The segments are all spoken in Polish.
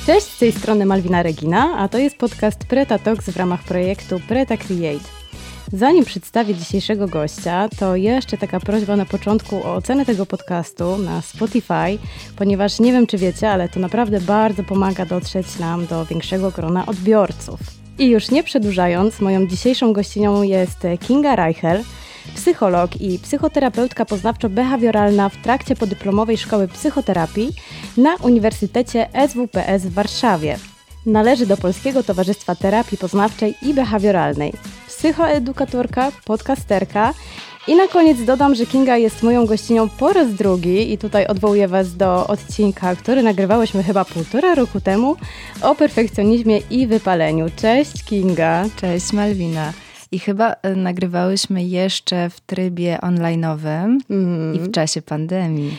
Cześć, z tej strony Malwina Regina, a to jest podcast Preta Talks w ramach projektu Preta Create. Zanim przedstawię dzisiejszego gościa, to jeszcze taka prośba na początku o ocenę tego podcastu na Spotify, ponieważ nie wiem, czy wiecie, ale to naprawdę bardzo pomaga dotrzeć nam do większego grona odbiorców. I już nie przedłużając, moją dzisiejszą gościnią jest Kinga Reichel, psycholog i psychoterapeutka poznawczo-behawioralna w trakcie podyplomowej szkoły psychoterapii na Uniwersytecie SWPS w Warszawie. Należy do Polskiego Towarzystwa Terapii Poznawczej i Behawioralnej. Psychoedukatorka, podcasterka i na koniec dodam, że Kinga jest moją gościnią po raz drugi i tutaj odwołuję Was do odcinka, który nagrywałyśmy chyba 1,5 roku temu o perfekcjonizmie i wypaleniu. Cześć Kinga. Cześć Malwina. I chyba nagrywałyśmy jeszcze w trybie online'owym i w czasie pandemii.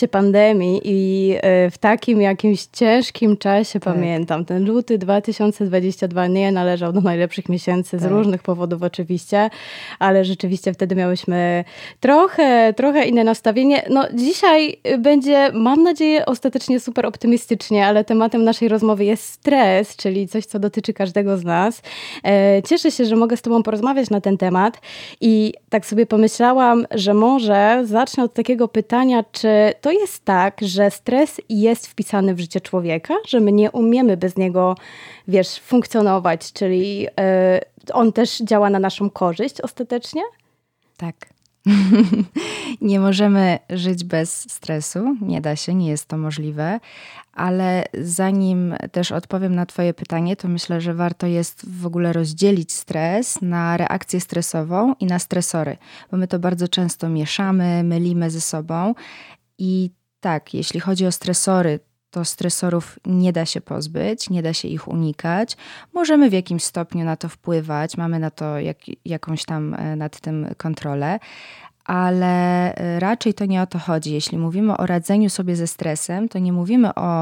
I w takim jakimś ciężkim czasie, tak. Pamiętam, ten luty 2022 nie należał do najlepszych miesięcy, z różnych powodów oczywiście, ale rzeczywiście wtedy miałyśmy trochę inne nastawienie. No dzisiaj będzie, mam nadzieję, ostatecznie super optymistycznie, ale tematem naszej rozmowy jest stres, czyli coś, co dotyczy każdego z nas. Cieszę się, że mogę z Tobą porozmawiać na ten temat i tak sobie pomyślałam, że może zacznę od takiego pytania, czy to jest tak, że stres jest wpisany w życie człowieka, że my nie umiemy bez niego, funkcjonować, czyli on też działa na naszą korzyść ostatecznie? Tak. Nie możemy żyć bez stresu, nie da się, nie jest to możliwe, ale zanim też odpowiem na Twoje pytanie, to myślę, że warto jest w ogóle rozdzielić stres na reakcję stresową i na stresory, bo my to bardzo często mieszamy, mylimy ze sobą i tak, jeśli chodzi o stresory, to stresorów nie da się pozbyć, nie da się ich unikać. Możemy w jakimś stopniu na to wpływać, mamy na to jakąś tam nad tym kontrolę, ale raczej to nie o to chodzi. Jeśli mówimy o radzeniu sobie ze stresem, to nie mówimy o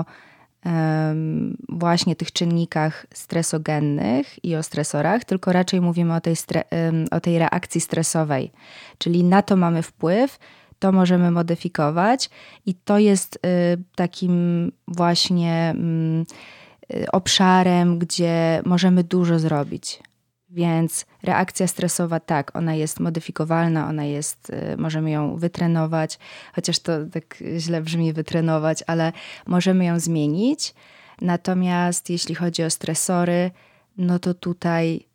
właśnie tych czynnikach stresogennych i o stresorach, tylko raczej mówimy o tej reakcji stresowej, czyli na to mamy wpływ, to możemy modyfikować i to jest takim właśnie obszarem, gdzie możemy dużo zrobić. Więc reakcja stresowa, tak, ona jest modyfikowalna, możemy ją wytrenować, chociaż to tak źle brzmi wytrenować, ale możemy ją zmienić. Natomiast jeśli chodzi o stresory, no to tutaj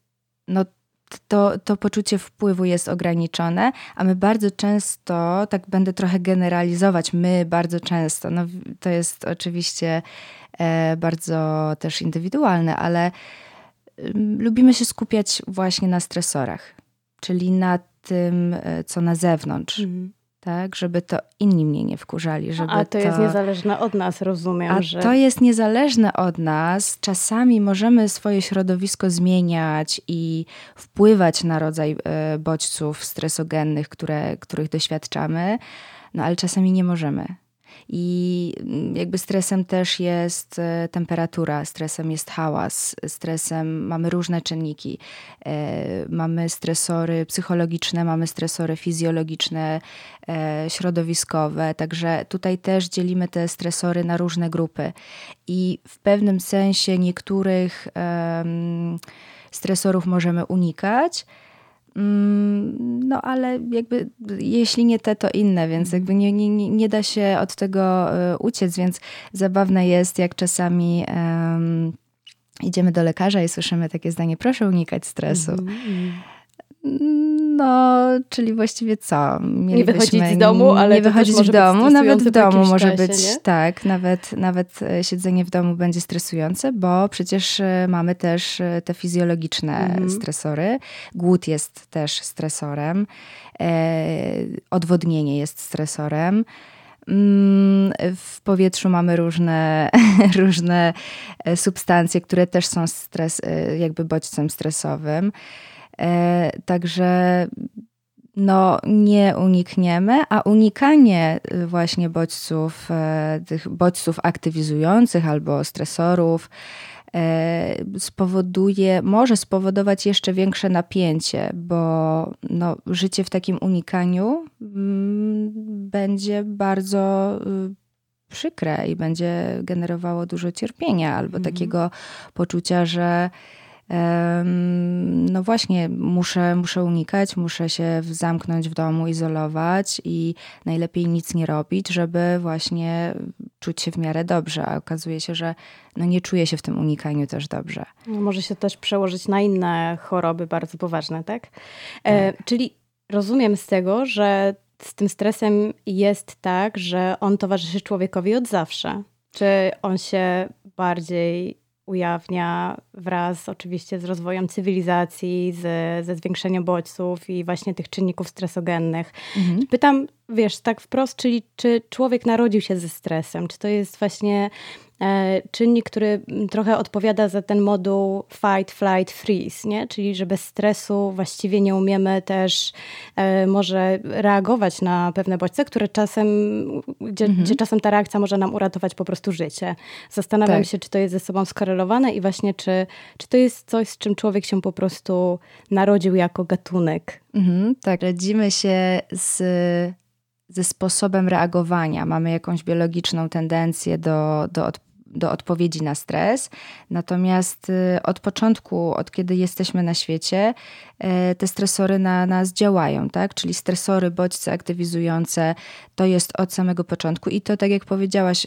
to poczucie wpływu jest ograniczone, a my bardzo często, tak będę trochę generalizować, my bardzo często, to jest oczywiście bardzo też indywidualne, ale lubimy się skupiać właśnie na stresorach, czyli na tym, co na zewnątrz. Tak, żeby to inni mnie nie wkurzali. A to jest niezależne od nas, rozumiem. To jest niezależne od nas. Czasami możemy swoje środowisko zmieniać i wpływać na rodzaj bodźców stresogennych, których doświadczamy, ale czasami nie możemy. I jakby stresem też jest temperatura, stresem jest hałas, stresem mamy różne czynniki. Mamy stresory psychologiczne, mamy stresory fizjologiczne, środowiskowe. Także tutaj też dzielimy te stresory na różne grupy. I w pewnym sensie niektórych stresorów możemy unikać, ale jakby jeśli nie te, to inne, więc jakby nie da się od tego uciec, więc zabawne jest, jak czasami idziemy do lekarza i słyszymy takie zdanie: proszę unikać stresu. Czyli właściwie co? Nie wychodzić z domu, ale nie wychodzić w domu. Nawet w domu może czasie, być, nie? tak, nawet siedzenie w domu będzie stresujące, bo przecież mamy też te fizjologiczne stresory. Głód jest też stresorem. Odwodnienie jest stresorem. W powietrzu mamy różne substancje, które też są jakby bodźcem stresowym. Także nie unikniemy, a unikanie właśnie bodźców, tych bodźców aktywizujących albo stresorów może spowodować jeszcze większe napięcie, bo życie w takim unikaniu będzie bardzo przykre i będzie generowało dużo cierpienia albo takiego poczucia, że no właśnie, muszę unikać, muszę się zamknąć w domu, izolować i najlepiej nic nie robić, żeby właśnie czuć się w miarę dobrze, a okazuje się, że no nie czuję się w tym unikaniu też dobrze. Może się też przełożyć na inne choroby bardzo poważne, tak? Czyli rozumiem z tego, że z tym stresem jest tak, że on towarzyszy człowiekowi od zawsze. Czy on się bardziej ujawnia wraz oczywiście z rozwojem cywilizacji, ze zwiększeniem bodźców i właśnie tych czynników stresogennych. Pytam, wiesz, tak wprost, czyli czy człowiek narodził się ze stresem? Czy to jest właśnie czynnik, który trochę odpowiada za ten moduł fight, flight, freeze, nie? Czyli że bez stresu właściwie nie umiemy też może reagować na pewne bodźce, które czasem, gdzie czasem ta reakcja może nam uratować po prostu życie. Zastanawiam się, czy to jest ze sobą skorelowane i właśnie czy to jest coś, z czym człowiek się po prostu narodził jako gatunek. Tak, radzimy się ze sposobem reagowania. Mamy jakąś biologiczną tendencję do odpowiedzi na stres. Natomiast od początku, od kiedy jesteśmy na świecie, te stresory na nas działają, tak? Czyli stresory, bodźce aktywizujące, to jest od samego początku i to, tak jak powiedziałaś,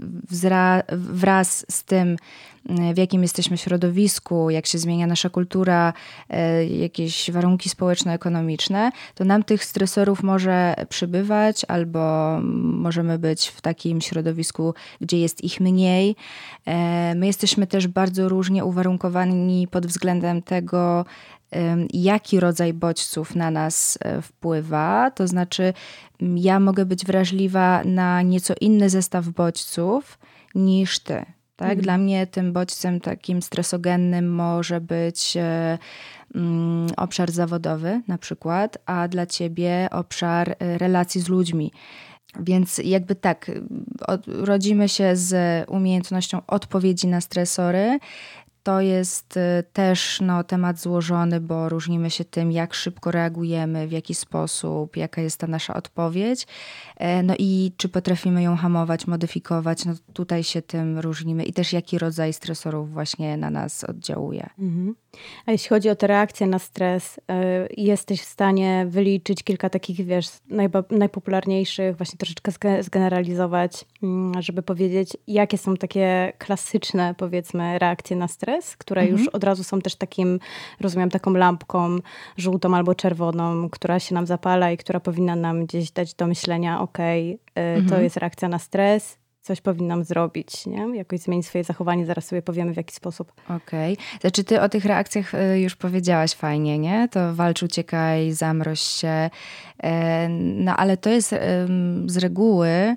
wraz z tym, w jakim jesteśmy środowisku, jak się zmienia nasza kultura, jakieś warunki społeczno-ekonomiczne, to nam tych stresorów może przybywać albo możemy być w takim środowisku, gdzie jest ich mniej. My jesteśmy też bardzo różnie uwarunkowani pod względem tego, jaki rodzaj bodźców na nas wpływa. To znaczy, ja mogę być wrażliwa na nieco inny zestaw bodźców niż ty. Tak? Dla mnie tym bodźcem takim stresogennym może być obszar zawodowy na przykład, a dla ciebie obszar relacji z ludźmi. Więc jakby tak, rodzimy się z umiejętnością odpowiedzi na stresory. To jest też temat złożony, bo różnimy się tym, jak szybko reagujemy, w jaki sposób, jaka jest ta nasza odpowiedź. No i czy potrafimy ją hamować, modyfikować, no tutaj się tym różnimy i też jaki rodzaj stresorów właśnie na nas oddziałuje. A jeśli chodzi o te reakcje na stres, jesteś w stanie wyliczyć kilka takich, wiesz, najpopularniejszych, właśnie troszeczkę zgeneralizować, żeby powiedzieć, jakie są takie klasyczne, powiedzmy, reakcje na stres, które już od razu są też takim, rozumiem, taką lampką żółtą albo czerwoną, która się nam zapala i która powinna nam gdzieś dać do myślenia, to jest reakcja na stres, coś powinnam zrobić, nie? Jakoś zmienić swoje zachowanie, zaraz sobie powiemy w jaki sposób. Okej. Znaczy ty o tych reakcjach już powiedziałaś fajnie, nie? To walcz, uciekaj, zamroź się. No ale to jest z reguły,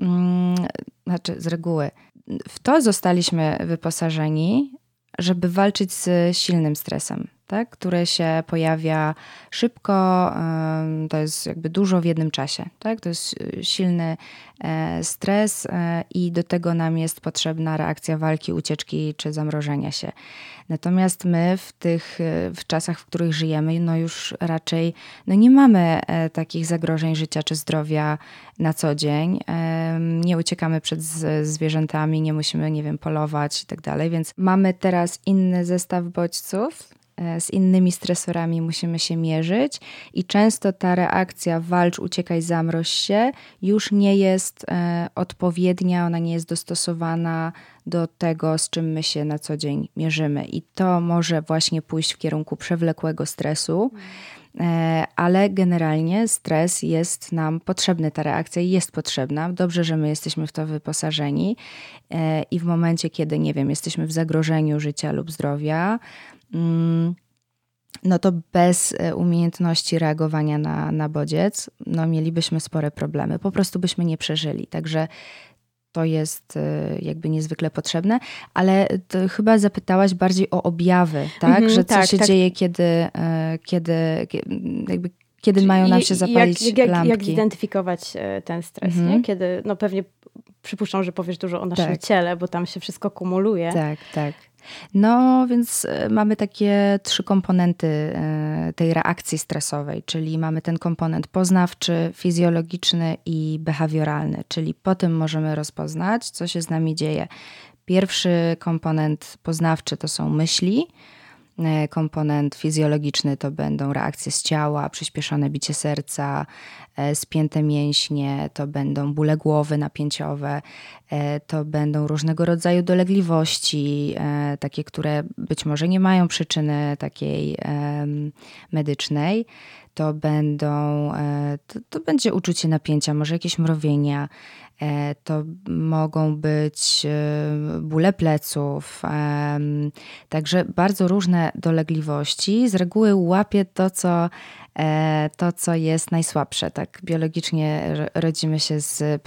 w to zostaliśmy wyposażeni, żeby walczyć z silnym stresem, tak? Które się pojawia szybko, to jest jakby dużo w jednym czasie. Tak? To jest silny stres i do tego nam jest potrzebna reakcja walki, ucieczki czy zamrożenia się. Natomiast my w czasach, w których żyjemy, no już raczej nie mamy takich zagrożeń życia czy zdrowia na co dzień. Nie uciekamy przed zwierzętami, nie musimy, nie wiem, polować i tak dalej, więc mamy teraz inny zestaw bodźców, z innymi stresorami musimy się mierzyć i często ta reakcja walcz, uciekaj, zamroź się już nie jest odpowiednia, ona nie jest dostosowana do tego, z czym my się na co dzień mierzymy. I to może właśnie pójść w kierunku przewlekłego stresu, ale generalnie stres jest nam potrzebny, ta reakcja jest potrzebna. Dobrze, że my jesteśmy w to wyposażeni i w momencie, kiedy, nie wiem, jesteśmy w zagrożeniu życia lub zdrowia, no to bez umiejętności reagowania na bodziec, mielibyśmy spore problemy. Po prostu byśmy nie przeżyli. Także to jest jakby niezwykle potrzebne. Ale to chyba zapytałaś bardziej o objawy, tak? Że co się dzieje, kiedy mają nam się zapalić lampki. Jak zidentyfikować ten stres, nie? Kiedy, pewnie przypuszczam, że powiesz dużo o naszym ciele, bo tam się wszystko kumuluje. Tak. No więc mamy takie 3 komponenty tej reakcji stresowej, czyli mamy ten komponent poznawczy, fizjologiczny i behawioralny, czyli po tym możemy rozpoznać, co się z nami dzieje. Pierwszy komponent poznawczy to są myśli, komponent fizjologiczny to będą reakcje z ciała, przyspieszone bicie serca, spięte mięśnie, to będą bóle głowy napięciowe, to będą różnego rodzaju dolegliwości, takie, które być może nie mają przyczyny takiej medycznej. To będzie uczucie napięcia, może jakieś mrowienia, to mogą być bóle pleców, także bardzo różne dolegliwości. Z reguły łapie to, co jest najsłabsze. Tak biologicznie rodzimy się z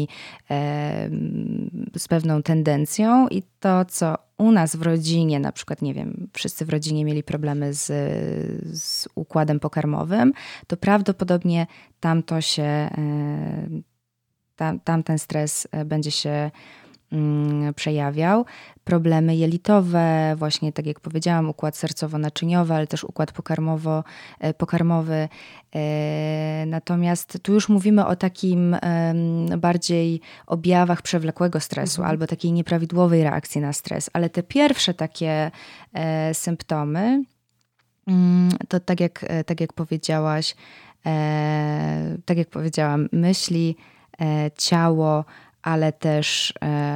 pewną tendencją i to, co u nas w rodzinie, na przykład, nie wiem, wszyscy w rodzinie mieli problemy z układem pokarmowym, to prawdopodobnie tamten stres będzie się przejawiał. Problemy jelitowe, właśnie tak jak powiedziałam, układ sercowo-naczyniowy, ale też układ pokarmowy. Natomiast tu już mówimy o takim bardziej objawach przewlekłego stresu albo takiej nieprawidłowej reakcji na stres. Ale te pierwsze takie symptomy, to tak jak powiedziałaś, tak jak powiedziałam, myśli, ciało, ale też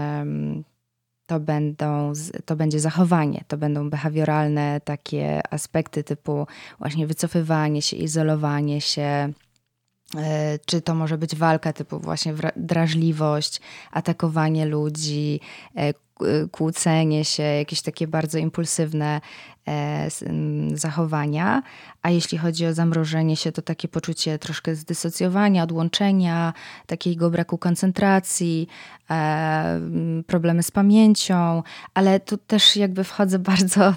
to będzie zachowanie, to będą behawioralne takie aspekty typu właśnie wycofywanie się, izolowanie się, czy to może być walka typu właśnie drażliwość, atakowanie ludzi, kłócenie się, jakieś takie bardzo impulsywne zachowania. A jeśli chodzi o zamrożenie się, to takie poczucie troszkę zdysocjowania, odłączenia, takiego braku koncentracji, problemy z pamięcią, ale tu też jakby wchodzę bardzo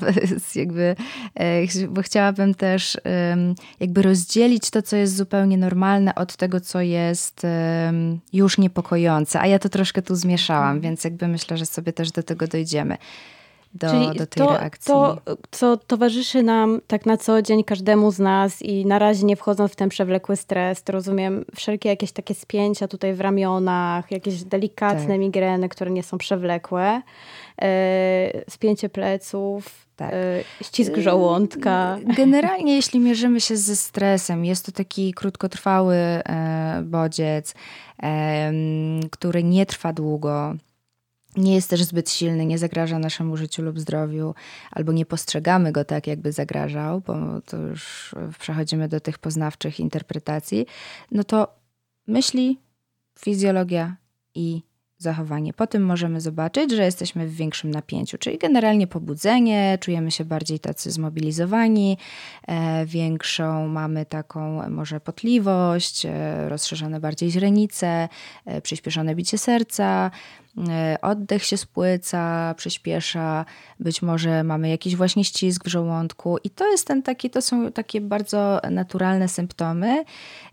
bo chciałabym też jakby rozdzielić to, co jest zupełnie normalne od tego, co jest już niepokojące, a ja to troszkę tu zmieszałam, więc jakby myślę, że sobie też do tego dojdziemy. Do tej reakcji. To, co towarzyszy nam tak na co dzień każdemu z nas i na razie nie wchodząc w ten przewlekły stres, to rozumiem wszelkie jakieś takie spięcia tutaj w ramionach, jakieś delikatne migreny, które nie są przewlekłe, spięcie pleców, ścisk żołądka. Generalnie jeśli mierzymy się ze stresem, jest to taki krótkotrwały bodziec, który nie trwa długo. Nie jest też zbyt silny, nie zagraża naszemu życiu lub zdrowiu, albo nie postrzegamy go tak, jakby zagrażał, bo to już przechodzimy do tych poznawczych interpretacji, no to myśli, fizjologia i zachowanie. Po tym możemy zobaczyć, że jesteśmy w większym napięciu, czyli generalnie pobudzenie, czujemy się bardziej tacy zmobilizowani, większą mamy taką może potliwość, rozszerzone bardziej źrenice, przyspieszone bicie serca, oddech się spłyca, przyspiesza, być może mamy jakiś właśnie ścisk w żołądku i to są takie bardzo naturalne symptomy.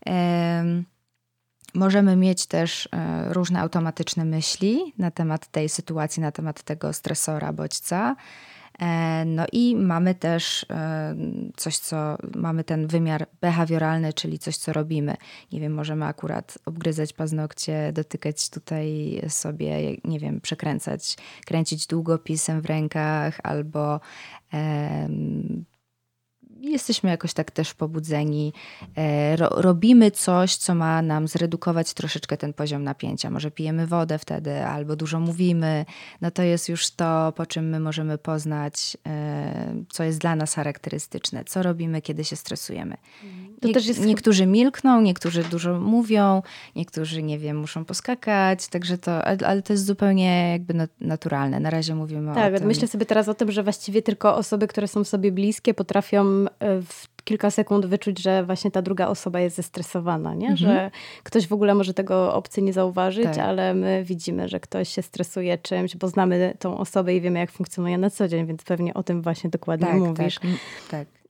Możemy mieć też różne automatyczne myśli na temat tej sytuacji, na temat tego stresora, bodźca. No i mamy też mamy ten wymiar behawioralny, czyli coś, co robimy. Nie wiem, możemy akurat obgryzać paznokcie, dotykać tutaj sobie, nie wiem, kręcić długopisem w rękach albo jesteśmy jakoś tak też pobudzeni. Robimy coś, co ma nam zredukować troszeczkę ten poziom napięcia. Może pijemy wodę wtedy, albo dużo mówimy. No to jest już to, po czym my możemy poznać, co jest dla nas charakterystyczne. Co robimy, kiedy się stresujemy. Niektórzy milkną, niektórzy dużo mówią, niektórzy, nie wiem, muszą poskakać. Także ale to jest zupełnie jakby naturalne. Na razie mówimy o tym. Tak, myślę sobie teraz o tym, że właściwie tylko osoby, które są sobie bliskie, potrafią w kilka sekund wyczuć, że właśnie ta druga osoba jest zestresowana, nie? Że ktoś w ogóle może tego obcy nie zauważyć, ale my widzimy, że ktoś się stresuje czymś, bo znamy tą osobę i wiemy, jak funkcjonuje na co dzień, więc pewnie o tym właśnie dokładnie mówisz. Tak.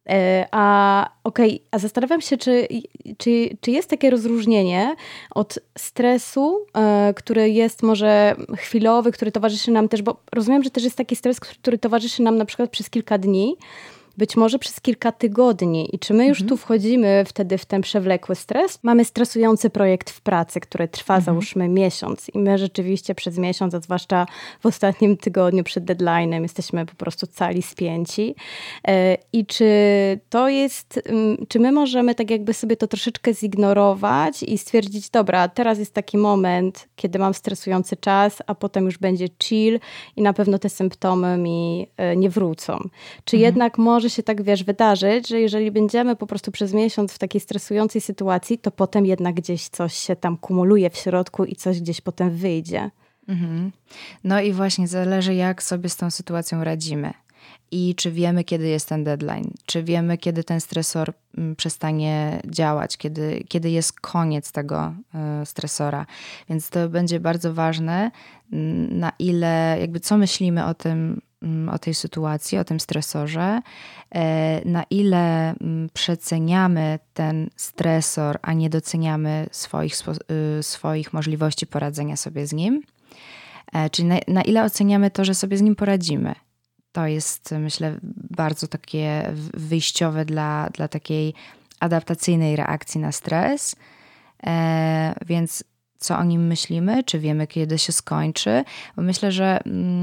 A zastanawiam się, czy jest takie rozróżnienie od stresu, który jest może chwilowy, który towarzyszy nam też, bo rozumiem, że też jest taki stres, który towarzyszy nam na przykład przez kilka dni, być może przez kilka tygodni. I czy my już tu wchodzimy wtedy w ten przewlekły stres? Mamy stresujący projekt w pracy, który trwa załóżmy miesiąc i my rzeczywiście przez miesiąc, a zwłaszcza w ostatnim tygodniu przed deadline'em jesteśmy po prostu cali spięci. I czy to jest, czy my możemy tak jakby sobie to troszeczkę zignorować i stwierdzić, dobra, teraz jest taki moment, kiedy mam stresujący czas, a potem już będzie chill i na pewno te symptomy mi nie wrócą. Czy jednak może się tak, wydarzyć, że jeżeli będziemy po prostu przez miesiąc w takiej stresującej sytuacji, to potem jednak gdzieś coś się tam kumuluje w środku i coś gdzieś potem wyjdzie. No i właśnie zależy, jak sobie z tą sytuacją radzimy. I czy wiemy, kiedy jest ten deadline? Czy wiemy, kiedy ten stresor przestanie działać? Kiedy jest koniec tego stresora? Więc to będzie bardzo ważne, na ile, co myślimy o tej sytuacji, o tym stresorze, na ile przeceniamy ten stresor, a nie doceniamy swoich możliwości poradzenia sobie z nim. Czyli na ile oceniamy to, że sobie z nim poradzimy. To jest, myślę, bardzo takie wyjściowe dla takiej adaptacyjnej reakcji na stres. Więc co o nim myślimy? Czy wiemy, kiedy się skończy? Bo myślę, że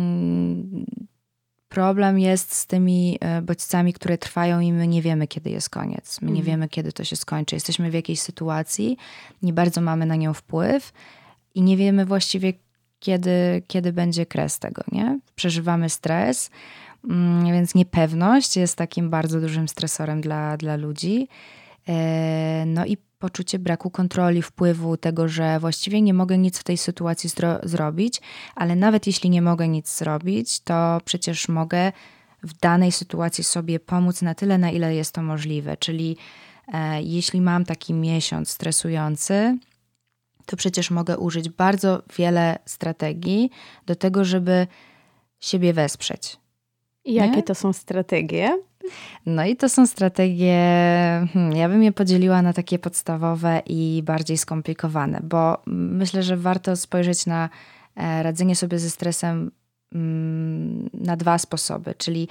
problem jest z tymi bodźcami, które trwają i my nie wiemy, kiedy jest koniec. My nie wiemy, kiedy to się skończy. Jesteśmy w jakiejś sytuacji, nie bardzo mamy na nią wpływ i nie wiemy właściwie, kiedy będzie kres tego, nie? Przeżywamy stres, więc niepewność jest takim bardzo dużym stresorem dla ludzi. No i poczucie braku kontroli, wpływu, tego, że właściwie nie mogę nic w tej sytuacji zrobić, ale nawet jeśli nie mogę nic zrobić, to przecież mogę w danej sytuacji sobie pomóc na tyle, na ile jest to możliwe. Czyli jeśli mam taki miesiąc stresujący, to przecież mogę użyć bardzo wiele strategii do tego, żeby siebie wesprzeć. I jakie to są strategie? No i to są strategie, ja bym je podzieliła na takie podstawowe i bardziej skomplikowane, bo myślę, że warto spojrzeć na radzenie sobie ze stresem na dwa sposoby. Czyli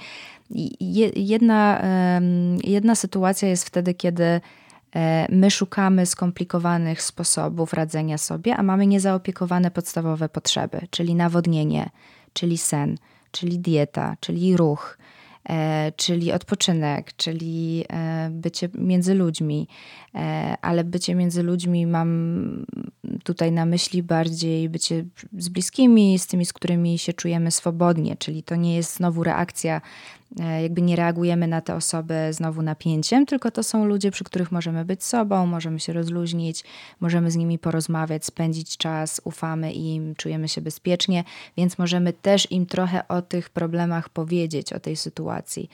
jedna sytuacja jest wtedy, kiedy my szukamy skomplikowanych sposobów radzenia sobie, a mamy niezaopiekowane podstawowe potrzeby, czyli nawodnienie, czyli sen, czyli dieta, czyli ruch, czyli odpoczynek, czyli bycie między ludźmi. Ale bycie między ludźmi mam tutaj na myśli bardziej bycie z bliskimi, z tymi, z którymi się czujemy swobodnie, czyli to nie jest znowu reakcja, nie reagujemy na te osoby znowu napięciem, tylko to są ludzie, przy których możemy być sobą, możemy się rozluźnić, możemy z nimi porozmawiać, spędzić czas, ufamy im, czujemy się bezpiecznie, więc możemy też im trochę o tych problemach powiedzieć, o tej sytuacji.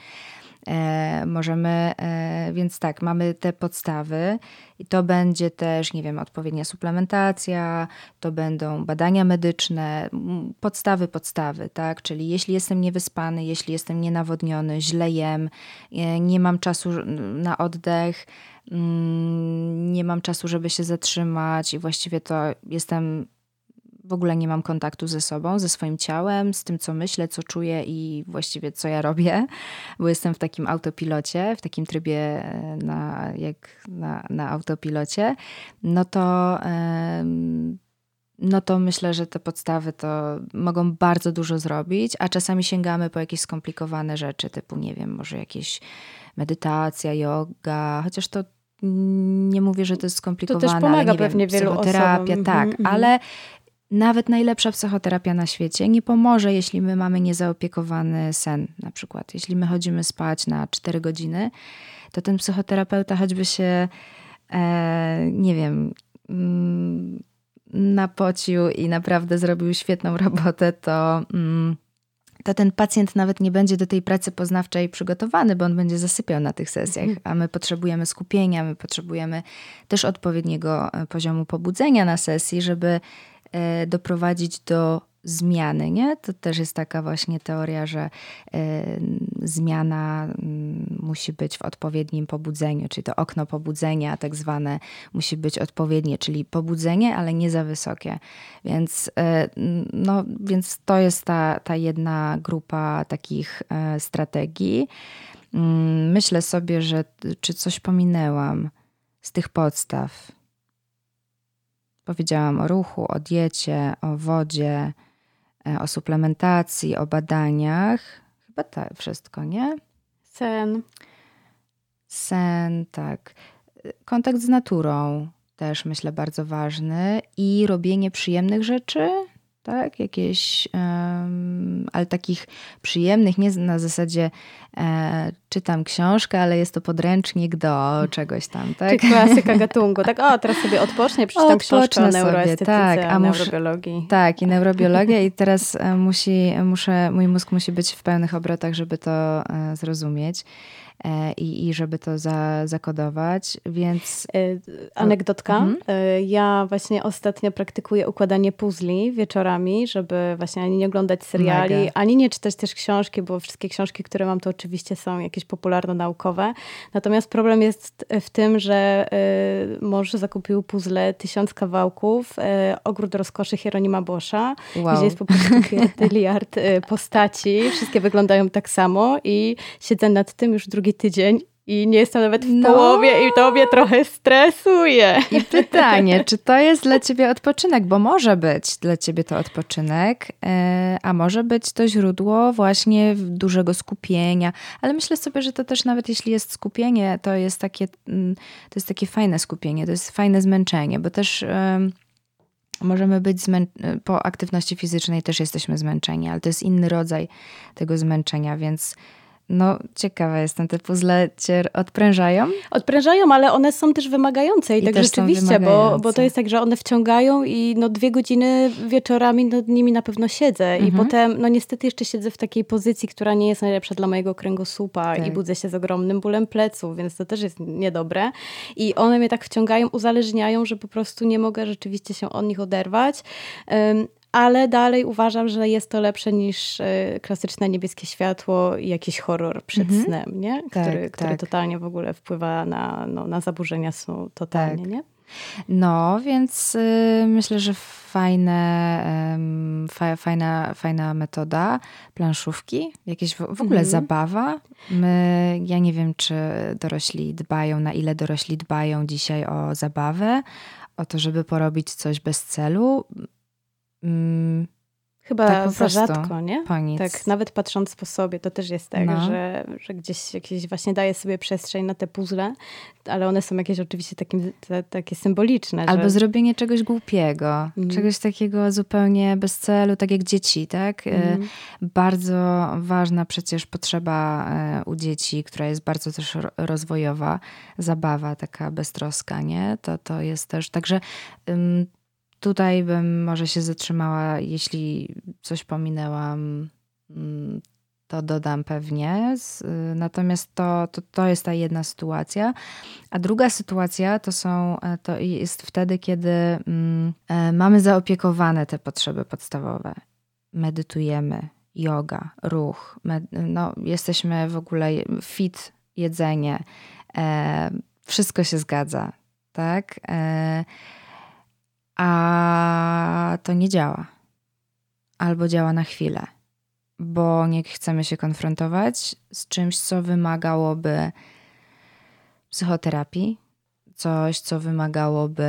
Więc tak, mamy te podstawy i to będzie też, odpowiednia suplementacja, to będą badania medyczne, podstawy, tak? Czyli jeśli jestem niewyspany, jeśli jestem nienawodniony, źle jem, nie mam czasu na oddech, nie mam czasu, żeby się zatrzymać i właściwie to w ogóle nie mam kontaktu ze sobą, ze swoim ciałem, z tym, co myślę, co czuję i właściwie co ja robię, bo jestem w takim autopilocie, w takim trybie na autopilocie, no to myślę, że te podstawy to mogą bardzo dużo zrobić, a czasami sięgamy po jakieś skomplikowane rzeczy, typu, może jakieś medytacja, yoga, chociaż to nie mówię, że to jest skomplikowane, to też pomaga ale pewnie wielu psychoterapia, osobom. Tak, ale nawet najlepsza psychoterapia na świecie nie pomoże, jeśli my mamy niezaopiekowany sen na przykład. Jeśli my chodzimy spać na 4 godziny, to ten psychoterapeuta choćby się, napocił i naprawdę zrobił świetną robotę, to ten pacjent nawet nie będzie do tej pracy poznawczej przygotowany, bo on będzie zasypiał na tych sesjach, a my potrzebujemy skupienia, my potrzebujemy też odpowiedniego poziomu pobudzenia na sesji, żeby doprowadzić do zmiany, nie? To też jest taka właśnie teoria, że zmiana musi być w odpowiednim pobudzeniu, czyli to okno pobudzenia tak zwane musi być odpowiednie, czyli pobudzenie, ale nie za wysokie. Więc to jest ta jedna grupa takich strategii. Myślę sobie, że czy coś pominęłam z tych podstaw. Powiedziałam o ruchu, o diecie, o wodzie, o suplementacji, o badaniach. Chyba tak wszystko, nie? Sen, tak. Kontakt z naturą też myślę bardzo ważny i robienie przyjemnych rzeczy, tak? Jakieś, ale takich przyjemnych, nie na zasadzie czytam książkę, ale jest to podręcznik do czegoś tam, tak? Czyli klasyka gatunku, tak? Teraz sobie odpocznę, przeczytam książkę o neuroestetyce, tak, o neurobiologii. Tak, i neurobiologia i teraz mój mózg musi być w pełnych obrotach, żeby to zrozumieć. I żeby to zakodować, więc... Anegdotka. Ja właśnie ostatnio praktykuję układanie puzli wieczorami, żeby właśnie ani nie oglądać seriali, ani nie czytać też książki, bo wszystkie książki, które mam, to oczywiście są jakieś popularno-naukowe. Natomiast problem jest w tym, że mąż zakupił puzzle 1000 kawałków, Ogród rozkoszy Hieronima Boscha, gdzie jest po prostu miliard postaci. Wszystkie wyglądają tak samo i siedzę nad tym już drugi tydzień i nie jestem nawet w połowie i to mnie trochę stresuje. I pytanie, czy to jest dla ciebie odpoczynek? Bo może być dla ciebie to odpoczynek, a może być to źródło właśnie dużego skupienia. Ale myślę sobie, że to też nawet jeśli jest skupienie, to jest takie fajne skupienie, to jest fajne zmęczenie, bo też... Możemy być po aktywności fizycznej też jesteśmy zmęczeni, ale to jest inny rodzaj tego zmęczenia, więc ciekawa jestem, te puzzle cię odprężają? Odprężają, ale one są też wymagające i tak rzeczywiście, bo to jest tak, że one wciągają i 2 godziny wieczorami nad nimi na pewno siedzę i potem niestety jeszcze siedzę w takiej pozycji, która nie jest najlepsza dla mojego kręgosłupa i budzę się z ogromnym bólem pleców, więc to też jest niedobre i one mnie tak wciągają, uzależniają, że po prostu nie mogę rzeczywiście się od nich oderwać. Ale dalej uważam, że jest to lepsze niż klasyczne niebieskie światło i jakiś horror przed snem, nie? Który totalnie w ogóle wpływa na zaburzenia snu totalnie, nie? Więc myślę, że fajna metoda planszówki, jakieś w ogóle zabawa. Ja nie wiem, czy na ile dorośli dbają dzisiaj o zabawę, o to, żeby porobić coś bez celu. Chyba tak za rzadko, nie? Po nic. Tak, nawet patrząc po sobie, to też jest tak, że gdzieś jakieś właśnie daje sobie przestrzeń na te puzzle, ale one są jakieś oczywiście takie symboliczne. Albo zrobienie czegoś głupiego, czegoś takiego zupełnie bez celu, tak jak dzieci, tak? Bardzo ważna przecież potrzeba u dzieci, która jest bardzo też rozwojowa, zabawa taka beztroska, nie? To jest też, także... Tutaj bym może się zatrzymała, jeśli coś pominęłam, to dodam pewnie. Natomiast to jest ta jedna sytuacja. A druga sytuacja to jest wtedy, kiedy mamy zaopiekowane te potrzeby podstawowe. Medytujemy, yoga, ruch, jesteśmy w ogóle fit, jedzenie, wszystko się zgadza, tak? A to nie działa. Albo działa na chwilę, bo nie chcemy się konfrontować z czymś, co wymagałoby psychoterapii, coś, co wymagałoby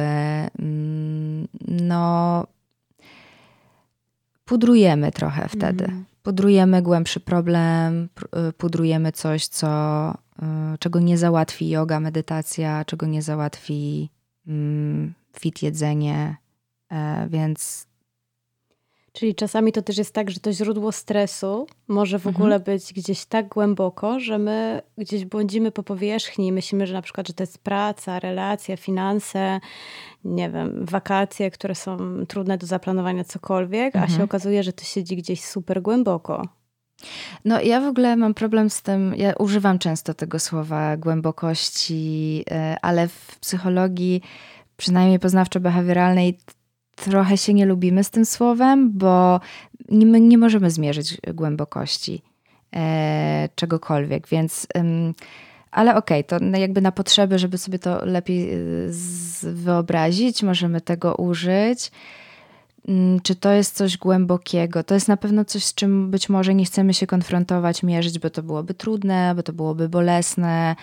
pudrujemy trochę wtedy. Pudrujemy głębszy problem, pudrujemy coś, czego nie załatwi yoga, medytacja, czego nie załatwi fit jedzenie, więc... Czyli czasami to też jest tak, że to źródło stresu może w ogóle być gdzieś tak głęboko, że my gdzieś błądzimy po powierzchni i myślimy, że na przykład, że to jest praca, relacja, finanse, nie wiem, wakacje, które są trudne do zaplanowania, cokolwiek, a się okazuje, że to siedzi gdzieś super głęboko. Ja w ogóle mam problem z tym, ja używam często tego słowa głębokości, ale w psychologii, przynajmniej poznawczo-behawioralnej, trochę się nie lubimy z tym słowem, bo my nie możemy zmierzyć głębokości czegokolwiek, więc... Ale okej, to jakby na potrzeby, żeby sobie to lepiej wyobrazić, możemy tego użyć. Czy to jest coś głębokiego? To jest na pewno coś, z czym być może nie chcemy się konfrontować, mierzyć, bo to byłoby trudne, bo to byłoby bolesne.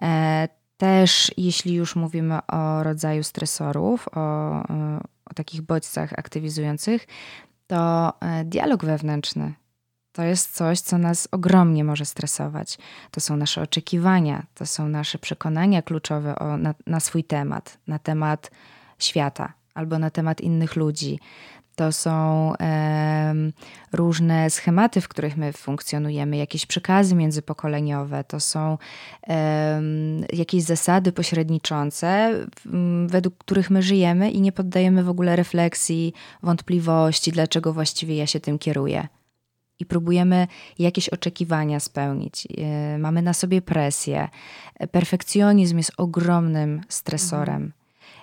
Też jeśli już mówimy o rodzaju stresorów, o takich bodźcach aktywizujących, to dialog wewnętrzny to jest coś, co nas ogromnie może stresować. To są nasze oczekiwania, to są nasze przekonania kluczowe na swój temat, na temat świata albo na temat innych ludzi. To są różne schematy, w których my funkcjonujemy, jakieś przekazy międzypokoleniowe, to są jakieś zasady pośredniczące, według których my żyjemy i nie poddajemy w ogóle refleksji, wątpliwości, dlaczego właściwie ja się tym kieruję. I próbujemy jakieś oczekiwania spełnić. Mamy na sobie presję. Perfekcjonizm jest ogromnym stresorem.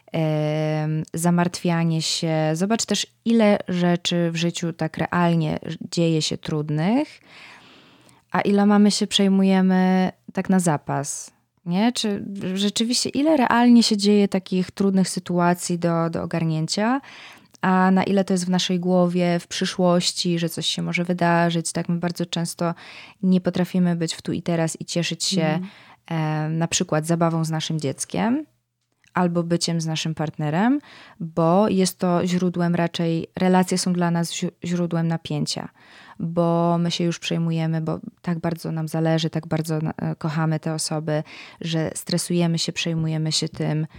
Zamartwianie się. Zobacz też, ile rzeczy w życiu tak realnie dzieje się trudnych, a iloma się przejmujemy tak na zapas. Nie? Czy rzeczywiście ile realnie się dzieje takich trudnych sytuacji do ogarnięcia, a na ile to jest w naszej głowie, w przyszłości, że coś się może wydarzyć. Tak, my bardzo często nie potrafimy być w tu i teraz i cieszyć się na przykład zabawą z naszym dzieckiem albo byciem z naszym partnerem, bo jest to źródłem raczej, relacje są dla nas źródłem napięcia, bo my się już przejmujemy, bo tak bardzo nam zależy, tak bardzo kochamy te osoby, że stresujemy się, przejmujemy się tym,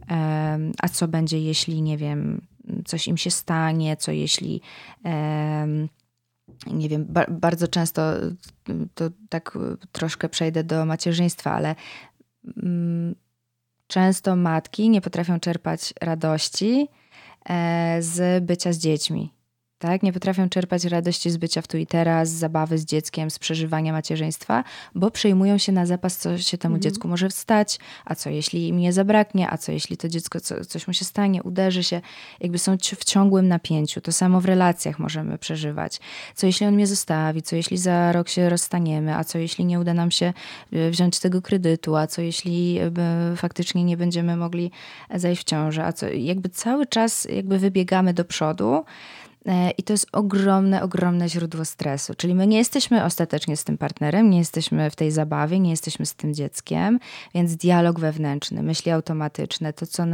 a co będzie, jeśli, nie wiem, coś im się stanie, co jeśli, nie wiem, bardzo często to tak troszkę przejdę do macierzyństwa, ale często matki nie potrafią czerpać radości z bycia z dziećmi. Tak? Nie potrafią czerpać radości z bycia w tu i teraz, z zabawy z dzieckiem, z przeżywania macierzyństwa, bo przejmują się na zapas, co się temu dziecku może stać, a co jeśli im nie zabraknie, a co jeśli to dziecko coś mu się stanie, uderzy się. Jakby są w ciągłym napięciu. To samo w relacjach możemy przeżywać. Co jeśli on mnie zostawi, co jeśli za rok się rozstaniemy, a co jeśli nie uda nam się wziąć tego kredytu, a co jeśli faktycznie nie będziemy mogli zajść w ciążę, a co jakby cały czas jakby wybiegamy do przodu. I to jest ogromne źródło stresu. Czyli my nie jesteśmy ostatecznie z tym partnerem, nie jesteśmy w tej zabawie, nie jesteśmy z tym dzieckiem, więc dialog wewnętrzny, myśli automatyczne,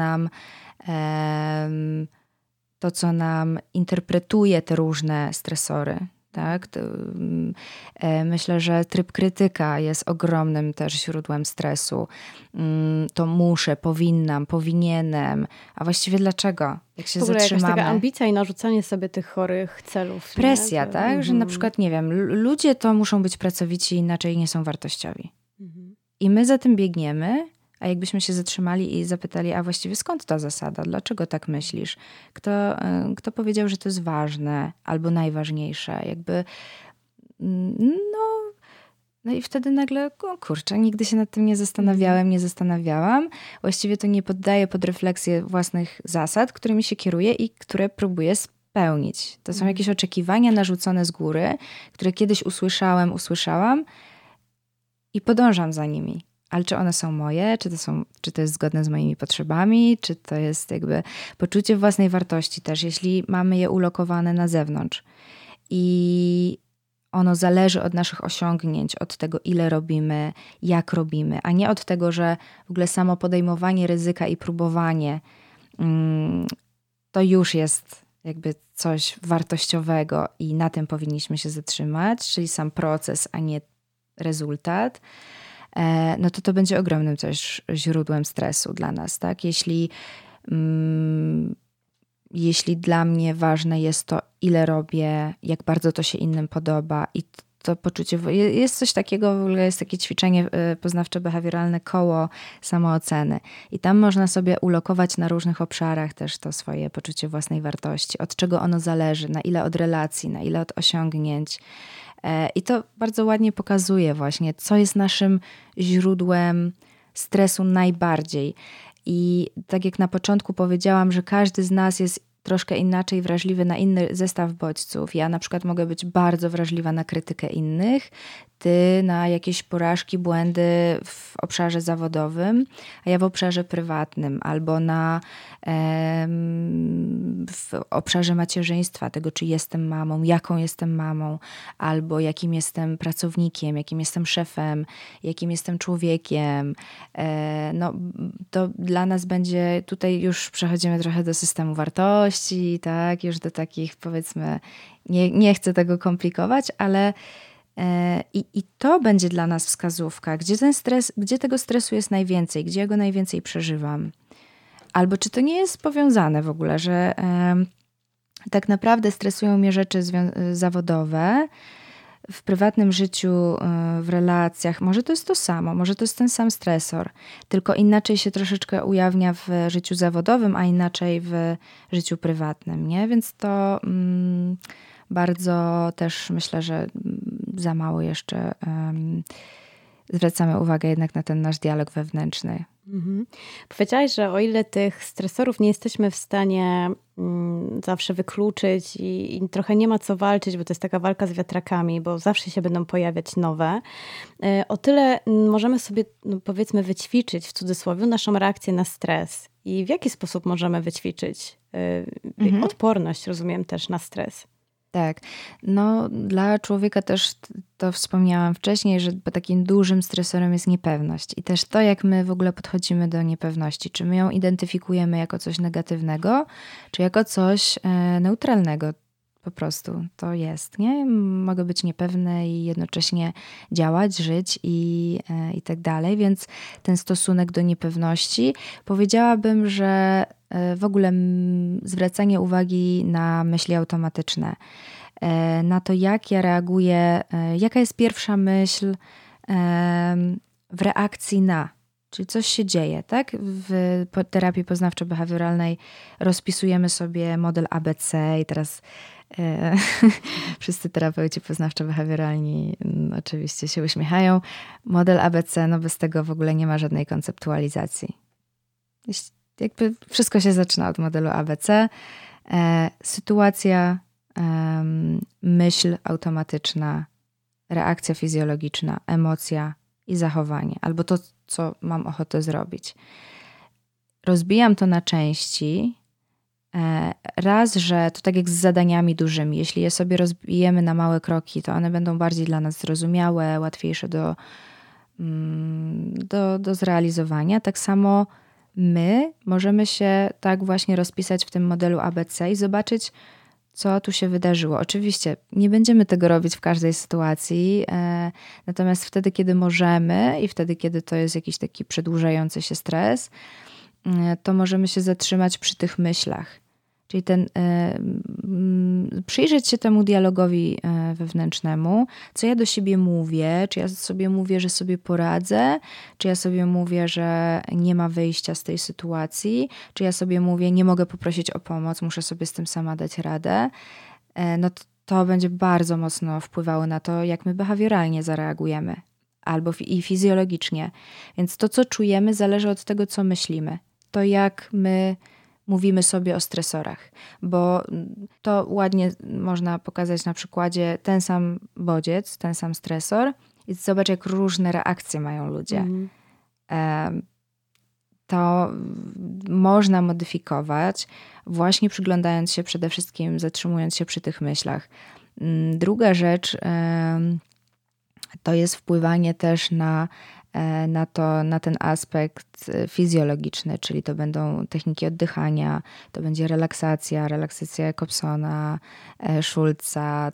to co nam interpretuje te różne stresory. Tak? Myślę, że tryb krytyka jest ogromnym też źródłem stresu. To muszę, powinnam, powinienem. A właściwie dlaczego? Jak się w ogóle zatrzymamy. Jakaś taka ambicja i narzucanie sobie tych chorych celów. Presja, nie? Tak? Że na przykład, nie wiem, ludzie to muszą być pracowici, inaczej nie są wartościowi. I my za tym biegniemy, a jakbyśmy się zatrzymali i zapytali, a właściwie skąd ta zasada? Dlaczego tak myślisz? Kto powiedział, że to jest ważne albo najważniejsze? Jakby, no i wtedy nagle, kurczę, nigdy się nad tym nie zastanawiałam. Właściwie to nie poddaję pod refleksję własnych zasad, którymi się kieruję i które próbuję spełnić. To są jakieś oczekiwania narzucone z góry, które kiedyś usłyszałam i podążam za nimi. Ale czy one są moje? Czy to jest zgodne z moimi potrzebami? Czy to jest jakby poczucie własnej wartości też, jeśli mamy je ulokowane na zewnątrz i ono zależy od naszych osiągnięć, od tego, ile robimy, jak robimy, a nie od tego, że w ogóle samo podejmowanie ryzyka i próbowanie to już jest jakby coś wartościowego i na tym powinniśmy się zatrzymać, czyli sam proces, a nie rezultat. No to będzie ogromnym też źródłem stresu dla nas, tak? Jeśli dla mnie ważne jest to, ile robię, jak bardzo to się innym podoba i to poczucie, jest coś takiego, w ogóle jest takie ćwiczenie poznawczo-behawioralne, koło samooceny i tam można sobie ulokować na różnych obszarach też to swoje poczucie własnej wartości, od czego ono zależy, na ile od relacji, na ile od osiągnięć. I to bardzo ładnie pokazuje właśnie, co jest naszym źródłem stresu najbardziej. I tak jak na początku powiedziałam, że każdy z nas jest troszkę inaczej wrażliwy na inny zestaw bodźców. Ja na przykład mogę być bardzo wrażliwa na krytykę innych, ty na jakieś porażki, błędy w obszarze zawodowym, a ja w obszarze prywatnym, albo w obszarze macierzyństwa, tego czy jestem mamą, jaką jestem mamą, albo jakim jestem pracownikiem, jakim jestem szefem, jakim jestem człowiekiem. No, to dla nas będzie, tutaj już przechodzimy trochę do systemu wartości, tak, już do takich, powiedzmy, nie chcę tego komplikować, ale i to będzie dla nas wskazówka, gdzie ten stres, gdzie tego stresu jest najwięcej, gdzie ja go najwięcej przeżywam. Albo czy to nie jest powiązane w ogóle, że tak naprawdę stresują mnie rzeczy zawodowe, w prywatnym życiu, w relacjach. Może to jest to samo, może to jest ten sam stresor, tylko inaczej się troszeczkę ujawnia w życiu zawodowym, a inaczej w życiu prywatnym, nie? Więc to bardzo też myślę, że za mało jeszcze zwracamy uwagę jednak na ten nasz dialog wewnętrzny. Mhm. Powiedziałaś, że o ile tych stresorów nie jesteśmy w stanie zawsze wykluczyć i trochę nie ma co walczyć, bo to jest taka walka z wiatrakami, bo zawsze się będą pojawiać nowe, o tyle możemy sobie, powiedzmy, wyćwiczyć w cudzysłowie naszą reakcję na stres. I w jaki sposób możemy wyćwiczyć odporność, rozumiem, też na stres? Tak. No, dla człowieka też to wspomniałam wcześniej, że takim dużym stresorem jest niepewność. I też to, jak my w ogóle podchodzimy do niepewności. Czy my ją identyfikujemy jako coś negatywnego, czy jako coś neutralnego. Po prostu to jest, nie? Mogę być niepewny i jednocześnie działać, żyć i tak dalej. Więc ten stosunek do niepewności, powiedziałabym, że w ogóle zwracanie uwagi na myśli automatyczne, na to, jak ja reaguję, jaka jest pierwsza myśl w reakcji na, czyli coś się dzieje, tak? W terapii poznawczo-behawioralnej rozpisujemy sobie model ABC i teraz wszyscy terapeuci poznawczo-behawioralni oczywiście się uśmiechają. Model ABC, no bez tego w ogóle nie ma żadnej konceptualizacji. Jakby wszystko się zaczyna od modelu ABC. Sytuacja, myśl automatyczna, reakcja fizjologiczna, emocja i zachowanie. Albo to, co mam ochotę zrobić. Rozbijam to na części. Raz, że to tak jak z zadaniami dużymi. Jeśli je sobie rozbijemy na małe kroki, to one będą bardziej dla nas zrozumiałe, łatwiejsze do zrealizowania. Tak samo my możemy się tak właśnie rozpisać w tym modelu ABC i zobaczyć, co tu się wydarzyło. Oczywiście nie będziemy tego robić w każdej sytuacji, natomiast wtedy, kiedy możemy i wtedy, kiedy to jest jakiś taki przedłużający się stres, to możemy się zatrzymać przy tych myślach. Czyli przyjrzeć się temu dialogowi wewnętrznemu, co ja do siebie mówię, czy ja sobie mówię, że sobie poradzę, czy ja sobie mówię, że nie ma wyjścia z tej sytuacji, czy ja sobie mówię, nie mogę poprosić o pomoc, muszę sobie z tym sama dać radę. No to będzie bardzo mocno wpływało na to, jak my behawioralnie zareagujemy, albo i fizjologicznie. Więc to, co czujemy, zależy od tego, co myślimy. To, jak my mówimy sobie o stresorach, bo to ładnie można pokazać na przykładzie ten sam bodziec, ten sam stresor i zobacz, jak różne reakcje mają ludzie. To można modyfikować właśnie przyglądając się przede wszystkim, zatrzymując się przy tych myślach. Druga rzecz to jest wpływanie też na ten aspekt fizjologiczny, czyli to będą techniki oddychania, to będzie relaksacja Jacobsona, Schulza,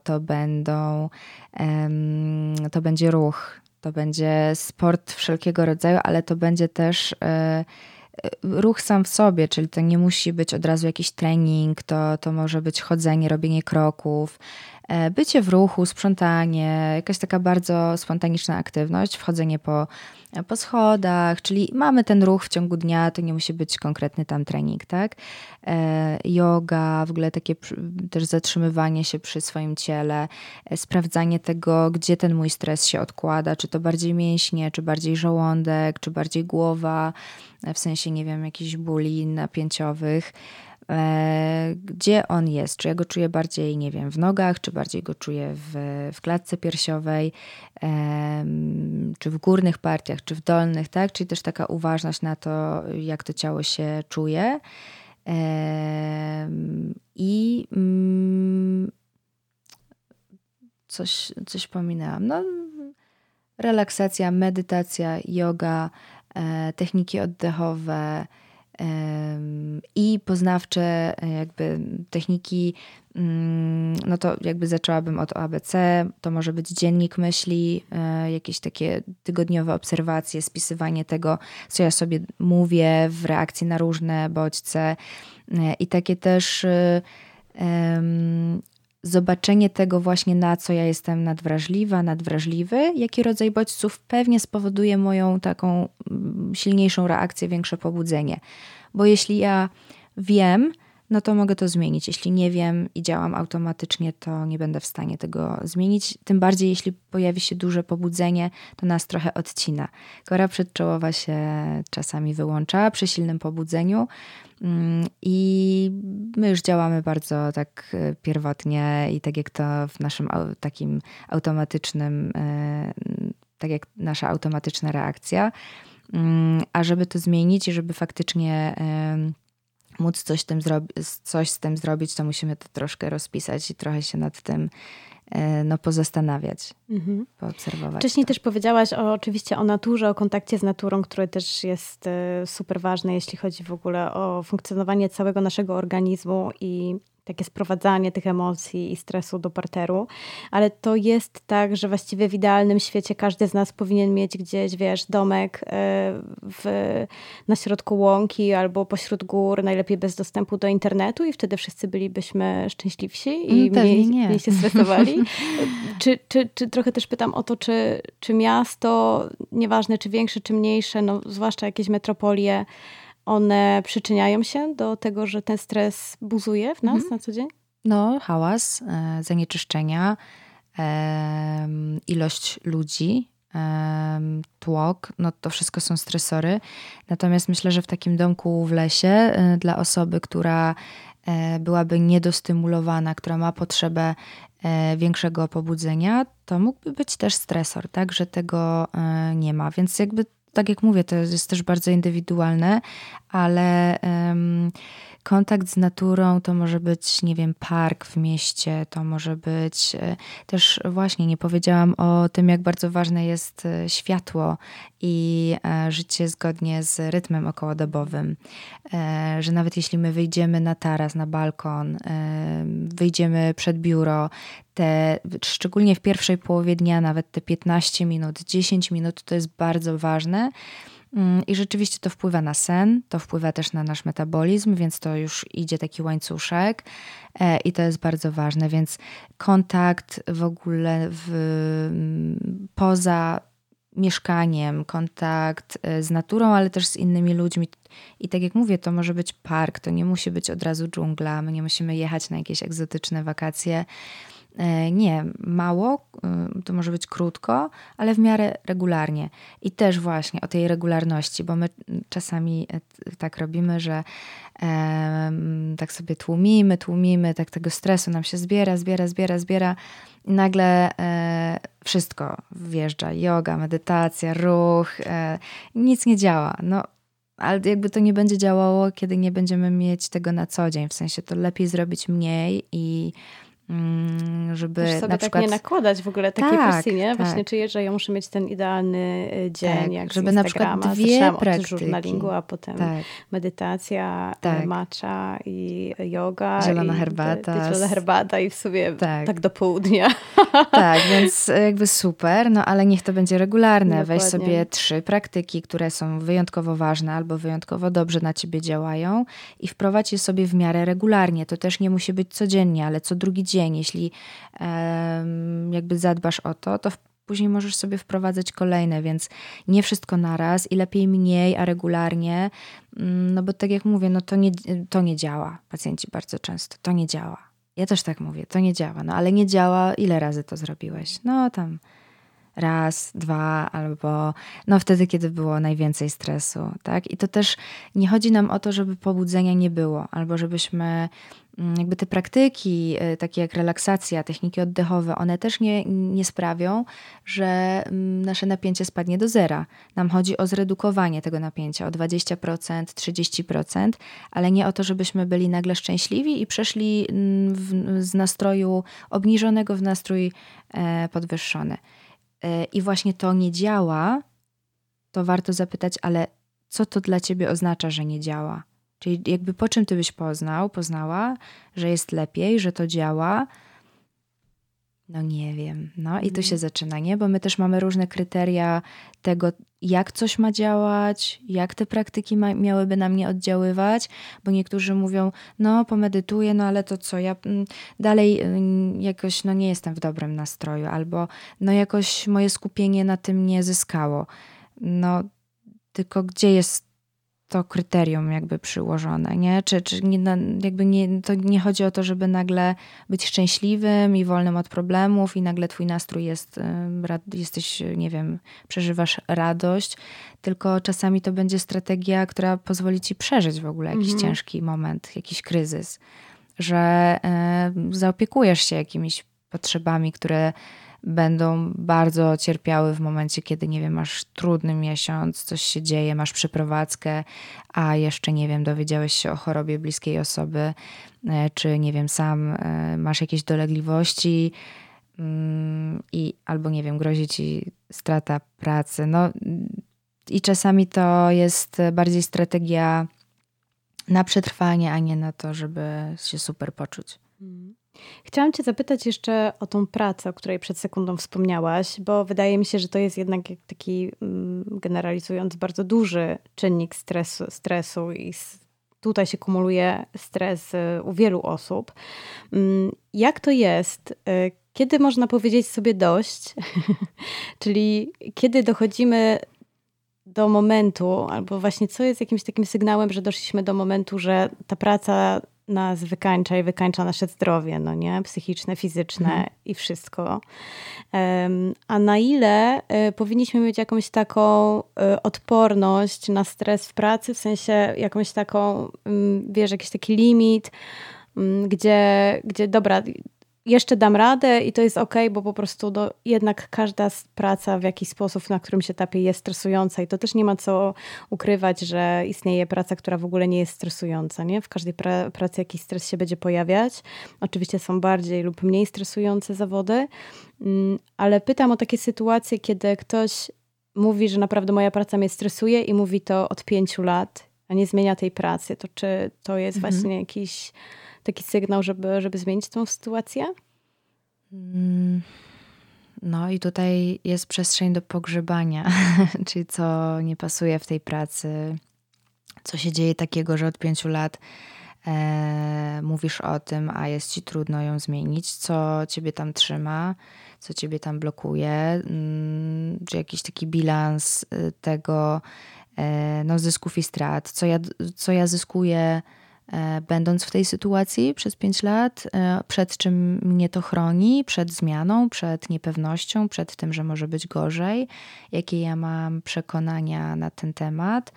to będzie ruch, to będzie sport wszelkiego rodzaju, ale to będzie też ruch sam w sobie, czyli to nie musi być od razu jakiś trening, to może być chodzenie, robienie kroków, bycie w ruchu, sprzątanie, jakaś taka bardzo spontaniczna aktywność, wchodzenie po schodach, czyli mamy ten ruch w ciągu dnia, to nie musi być konkretny tam trening, tak? Yoga, w ogóle takie też zatrzymywanie się przy swoim ciele, sprawdzanie tego, gdzie ten mój stres się odkłada, czy to bardziej mięśnie, czy bardziej żołądek, czy bardziej głowa, w sensie, nie wiem, jakichś bóli napięciowych. gdzie on jest. Czy ja go czuję bardziej, nie wiem, w nogach, czy bardziej go czuję w klatce piersiowej, czy w górnych partiach, czy w dolnych, tak? Czyli też taka uważność na to, jak to ciało się czuje. I coś pominęłam. No, relaksacja, medytacja, yoga, techniki oddechowe i poznawcze jakby techniki, no to jakby zaczęłabym od ABC, to może być dziennik myśli, jakieś takie tygodniowe obserwacje, spisywanie tego, co ja sobie mówię w reakcji na różne bodźce i takie też zobaczenie tego właśnie, na co ja jestem nadwrażliwa, nadwrażliwy, jaki rodzaj bodźców pewnie spowoduje moją taką silniejszą reakcję, większe pobudzenie. Bo jeśli ja wiem, no to mogę to zmienić. Jeśli nie wiem i działam automatycznie, to nie będę w stanie tego zmienić. Tym bardziej, jeśli pojawi się duże pobudzenie, to nas trochę odcina. Kora przedczołowa się czasami wyłącza przy silnym pobudzeniu i my już działamy bardzo tak pierwotnie i tak jak to w naszym takim automatycznym, tak jak nasza automatyczna reakcja. A żeby to zmienić i żeby faktycznie móc coś z tym zrobić, to musimy to troszkę rozpisać i trochę się nad tym pozastanawiać, poobserwować. Wcześniej to. też powiedziałaś oczywiście o naturze, o kontakcie z naturą, który też jest super ważny, jeśli chodzi w ogóle o funkcjonowanie całego naszego organizmu i takie sprowadzanie tych emocji i stresu do parteru, ale to jest tak, że właściwie w idealnym świecie każdy z nas powinien mieć gdzieś, wiesz, domek na środku łąki albo pośród gór, najlepiej bez dostępu do internetu i wtedy wszyscy bylibyśmy szczęśliwsi i mniej się stresowali. Czy trochę też pytam o to, czy miasto, nieważne czy większe, czy mniejsze, no zwłaszcza jakieś metropolie, one przyczyniają się do tego, że ten stres buzuje w nas na co dzień? No, hałas, zanieczyszczenia, ilość ludzi, tłok, no to wszystko są stresory. Natomiast myślę, że w takim domku w lesie dla osoby, która byłaby niedostymulowana, która ma potrzebę większego pobudzenia, to mógłby być też stresor, tak, że tego nie ma. Więc jakby tak jak mówię, to jest też bardzo indywidualne, ale kontakt z naturą to może być, nie wiem, park w mieście, to może być też właśnie, nie powiedziałam o tym, jak bardzo ważne jest światło i życie zgodnie z rytmem okołodobowym, że nawet jeśli my wyjdziemy na taras, na balkon, wyjdziemy przed biuro, szczególnie w pierwszej połowie dnia, nawet te 15 minut, 10 minut, to jest bardzo ważne. I rzeczywiście to wpływa na sen, to wpływa też na nasz metabolizm, więc to już idzie taki łańcuszek i to jest bardzo ważne, więc kontakt w ogóle poza mieszkaniem, kontakt z naturą, ale też z innymi ludźmi. I tak jak mówię, to może być park, to nie musi być od razu dżungla, my nie musimy jechać na jakieś egzotyczne wakacje. Nie, mało, to może być krótko, ale w miarę regularnie. I też właśnie o tej regularności, bo my czasami tak robimy, że tak sobie tłumimy, tak tego stresu nam się zbiera i nagle wszystko wjeżdża. Joga, medytacja, ruch, nic nie działa. No, ale jakby to nie będzie działało, kiedy nie będziemy mieć tego na co dzień. W sensie to lepiej zrobić mniej i żeby też sobie na przykład tak nie nakładać w ogóle takiej presji, nie? Tak. Właśnie czuję, że ja muszę mieć ten idealny dzień, tak, jak żeby z na przykład dwie zaczęłam praktyki. od journalingu, a potem medytacja, matcha i yoga. Zielona herbata i w sobie tak do południa. Tak, więc jakby super, no ale niech to będzie regularne. Dokładnie. Weź sobie 3 praktyki, które są wyjątkowo ważne albo wyjątkowo dobrze na ciebie działają i wprowadź je sobie w miarę regularnie. To też nie musi być codziennie, ale co drugi dzień. Jeśli jakby zadbasz o to, to później możesz sobie wprowadzać kolejne, więc nie wszystko naraz i lepiej mniej, a regularnie, no bo tak jak mówię, no to nie działa. Pacjenci bardzo często, to nie działa. Ja też tak mówię, to nie działa, no ale nie działa, ile razy to zrobiłeś? No tam raz, dwa, albo wtedy, kiedy było najwięcej stresu, tak? I to też nie chodzi nam o to, żeby pobudzenia nie było, albo żebyśmy jakby te praktyki, takie jak relaksacja, techniki oddechowe, one też nie sprawią, że nasze napięcie spadnie do zera. Nam chodzi o zredukowanie tego napięcia o 20%, 30%, ale nie o to, żebyśmy byli nagle szczęśliwi i przeszli z nastroju obniżonego w nastrój podwyższony. I właśnie to nie działa, to warto zapytać, ale co to dla ciebie oznacza, że nie działa? Czyli jakby po czym ty byś poznała, że jest lepiej, że to działa? No nie wiem. No i tu się zaczyna, nie? Bo my też mamy różne kryteria tego, jak coś ma działać, jak te praktyki miałyby na mnie oddziaływać, bo niektórzy mówią, pomedytuję, ale to co, ja dalej jakoś nie jestem w dobrym nastroju, albo jakoś moje skupienie na tym nie zyskało. Tylko gdzie jest to kryterium jakby przyłożone, nie? Czy to nie chodzi o to, żeby nagle być szczęśliwym i wolnym od problemów i nagle twój nastrój jesteś, nie wiem, przeżywasz radość, tylko czasami to będzie strategia, która pozwoli ci przeżyć w ogóle jakiś ciężki moment, jakiś kryzys, że zaopiekujesz się jakimiś potrzebami, które będą bardzo cierpiały w momencie, kiedy, nie wiem, masz trudny miesiąc, coś się dzieje, masz przeprowadzkę, a jeszcze, nie wiem, dowiedziałeś się o chorobie bliskiej osoby, czy, nie wiem, sam masz jakieś dolegliwości albo, nie wiem, grozi ci strata pracy. I czasami to jest bardziej strategia na przetrwanie, a nie na to, żeby się super poczuć. Chciałam cię zapytać jeszcze o tą pracę, o której przed sekundą wspomniałaś, bo wydaje mi się, że to jest jednak taki, generalizując, bardzo duży czynnik stresu i tutaj się kumuluje stres u wielu osób. Jak to jest? Kiedy można powiedzieć sobie dość? Czyli kiedy dochodzimy do momentu, albo właśnie co jest jakimś takim sygnałem, że doszliśmy do momentu, że ta praca nas wykańcza i wykańcza nasze zdrowie, nie? Psychiczne, fizyczne i wszystko. A na ile powinniśmy mieć jakąś taką odporność na stres w pracy, w sensie jakąś taką, wiesz, jakiś taki limit, gdzie dobra, jeszcze dam radę i to jest okej, bo po prostu jednak każda praca w jakiś sposób, na którym się etapie jest stresująca i to też nie ma co ukrywać, że istnieje praca, która w ogóle nie jest stresująca, nie? W każdej pracy jakiś stres się będzie pojawiać. Oczywiście są bardziej lub mniej stresujące zawody, ale pytam o takie sytuacje, kiedy ktoś mówi, że naprawdę moja praca mnie stresuje i mówi to od 5 lat, a nie zmienia tej pracy. To czy to jest właśnie jakiś taki sygnał, żeby zmienić tą sytuację? I tutaj jest przestrzeń do pogrzebania, czyli co nie pasuje w tej pracy, co się dzieje takiego, że od 5 lat mówisz o tym, a jest ci trudno ją zmienić, co ciebie tam trzyma, co ciebie tam blokuje, czy jakiś taki bilans tego zysków i strat, co ja zyskuję będąc w tej sytuacji przez 5 lat, przed czym mnie to chroni, przed zmianą, przed niepewnością, przed tym, że może być gorzej, jakie ja mam przekonania na ten temat,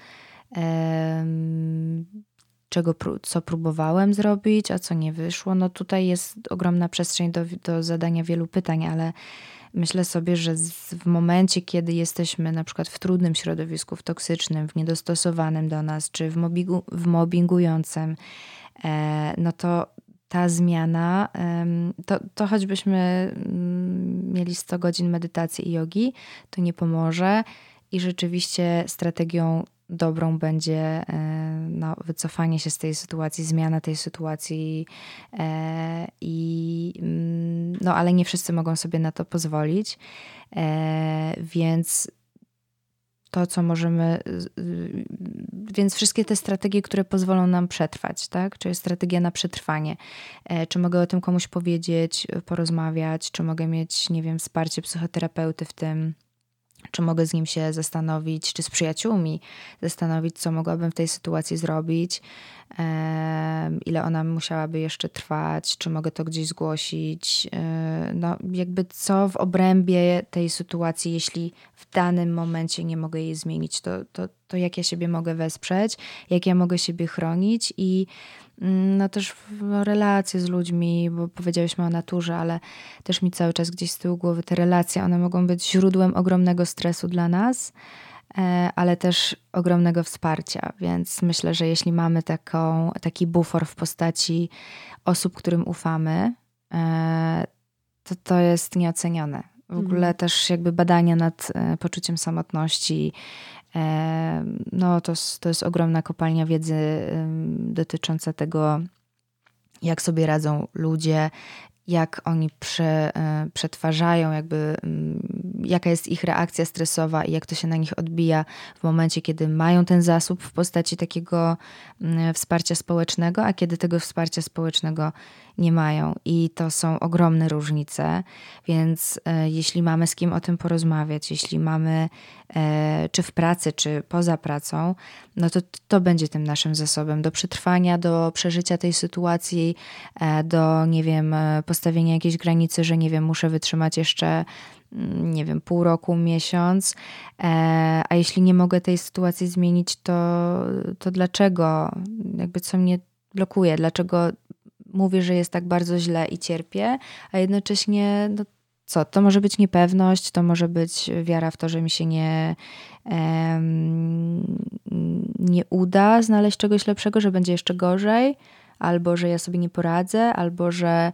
co próbowałem zrobić, a co nie wyszło. Tutaj jest ogromna przestrzeń do zadania wielu pytań, ale myślę sobie, że w momencie, kiedy jesteśmy na przykład w trudnym środowisku, w toksycznym, w niedostosowanym do nas, czy w mobbingującym, to ta zmiana, to choćbyśmy mieli 100 godzin medytacji i jogi, to nie pomoże i rzeczywiście strategią dobrą będzie wycofanie się z tej sytuacji, zmiana tej sytuacji ale nie wszyscy mogą sobie na to pozwolić, więc to, co możemy, więc wszystkie te strategie, które pozwolą nam przetrwać, tak? Czyli strategia na przetrwanie. Czy mogę o tym komuś powiedzieć, porozmawiać, czy mogę mieć, nie wiem, wsparcie psychoterapeuty w tym, czy mogę z nim się zastanowić, czy z przyjaciółmi zastanowić, co mogłabym w tej sytuacji zrobić, ile ona musiałaby jeszcze trwać, czy mogę to gdzieś zgłosić. No jakby co w obrębie tej sytuacji, jeśli w danym momencie nie mogę jej zmienić, to jak ja siebie mogę wesprzeć, jak ja mogę siebie chronić i no też relacje z ludźmi, bo powiedziałyśmy o naturze, ale też mi cały czas gdzieś z tyłu głowy te relacje, one mogą być źródłem ogromnego stresu dla nas, ale też ogromnego wsparcia, więc myślę, że jeśli mamy taki bufor w postaci osób, którym ufamy, to jest nieocenione. W ogóle też jakby badania nad poczuciem samotności, no to jest ogromna kopalnia wiedzy dotycząca tego, jak sobie radzą ludzie, jak oni przetwarzają, jakby jaka jest ich reakcja stresowa i jak to się na nich odbija w momencie, kiedy mają ten zasób w postaci takiego wsparcia społecznego, a kiedy tego wsparcia społecznego nie mają. I to są ogromne różnice, więc jeśli mamy z kim o tym porozmawiać, jeśli mamy czy w pracy, czy poza pracą, no to będzie tym naszym zasobem do przetrwania, do przeżycia tej sytuacji, do, nie wiem, postawienia jakiejś granicy, że nie wiem, muszę wytrzymać jeszcze, nie wiem, pół roku, miesiąc, a jeśli nie mogę tej sytuacji zmienić, to dlaczego? Jakby co mnie blokuje? Dlaczego mówię, że jest tak bardzo źle i cierpię, a jednocześnie no co? To może być niepewność, to może być wiara w to, że mi się nie uda znaleźć czegoś lepszego, że będzie jeszcze gorzej, albo że ja sobie nie poradzę, albo że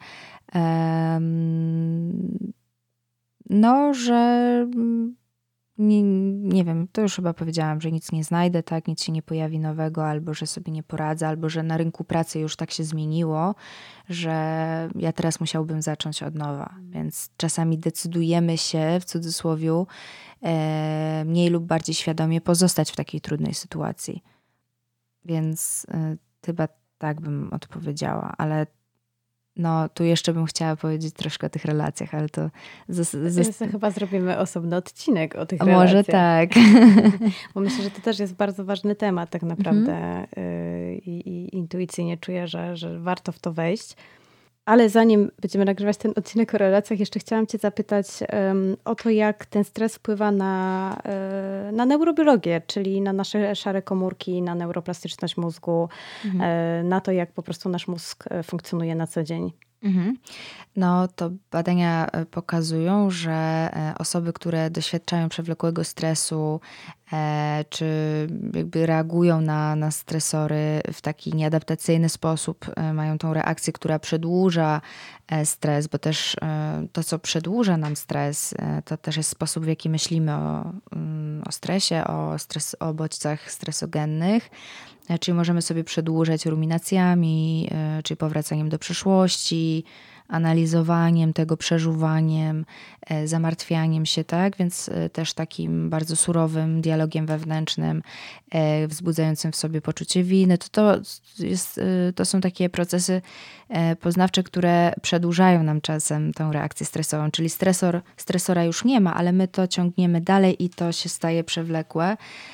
że nie wiem, to już chyba powiedziałam, że nic nie znajdę, tak, nic się nie pojawi nowego, albo że sobie nie poradzę, albo że na rynku pracy już tak się zmieniło, że ja teraz musiałbym zacząć od nowa. Więc czasami decydujemy się, w cudzysłowie, mniej lub bardziej świadomie pozostać w takiej trudnej sytuacji. Więc chyba tak bym odpowiedziała, ale no, tu jeszcze bym chciała powiedzieć troszkę o tych relacjach, ale to... Chyba zrobimy osobny odcinek o tych relacjach. Może tak. Bo myślę, że to też jest bardzo ważny temat tak naprawdę i intuicyjnie czuję, że warto w to wejść. Ale zanim będziemy nagrywać ten odcinek o relacjach, jeszcze chciałam cię zapytać o to, jak ten stres wpływa na neurobiologię, czyli na nasze szare komórki, na neuroplastyczność mózgu, na to, jak po prostu nasz mózg funkcjonuje na co dzień. No to badania pokazują, że osoby, które doświadczają przewlekłego stresu, czy jakby reagują na stresory w taki nieadaptacyjny sposób, mają tą reakcję, która przedłuża stres, bo też to, co przedłuża nam stres, to też jest sposób, w jaki myślimy o stresie, o bodźcach stresogennych. Czyli możemy sobie przedłużać ruminacjami, czyli powracaniem do przeszłości, analizowaniem tego, przeżuwaniem, zamartwianiem się, tak? Więc też takim bardzo surowym dialogiem wewnętrznym, wzbudzającym w sobie poczucie winy. To są takie procesy poznawcze, które przedłużają nam czasem tą reakcję stresową, czyli stresora już nie ma, ale my to ciągniemy dalej i to się staje przewlekłe.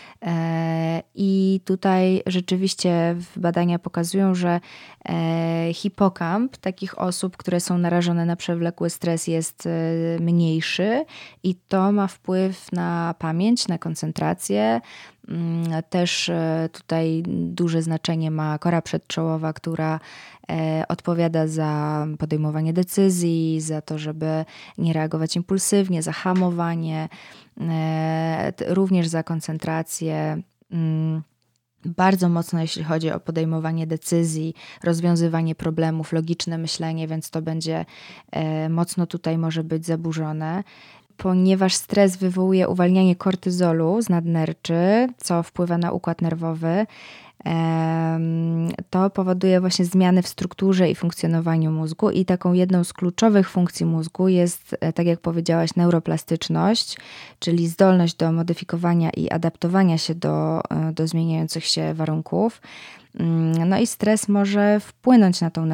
I tutaj rzeczywiście badania pokazują, że hipokamp takich osób, które są narażone na przewlekły stres, jest mniejszy i to ma wpływ na pamięć, na koncentrację. Też tutaj duże znaczenie ma kora przedczołowa, która odpowiada za podejmowanie decyzji, za to, żeby nie reagować impulsywnie, za hamowanie, również za koncentrację. Bardzo mocno, jeśli chodzi o podejmowanie decyzji, rozwiązywanie problemów, logiczne myślenie, więc to będzie mocno tutaj może być zaburzone. Ponieważ stres wywołuje uwalnianie kortyzolu z nadnerczy, co wpływa na układ nerwowy, to powoduje właśnie zmiany w strukturze i funkcjonowaniu mózgu i taką jedną z kluczowych funkcji mózgu jest, tak jak powiedziałaś, neuroplastyczność, czyli zdolność do modyfikowania i adaptowania się do zmieniających się warunków. No i stres może wpłynąć na tą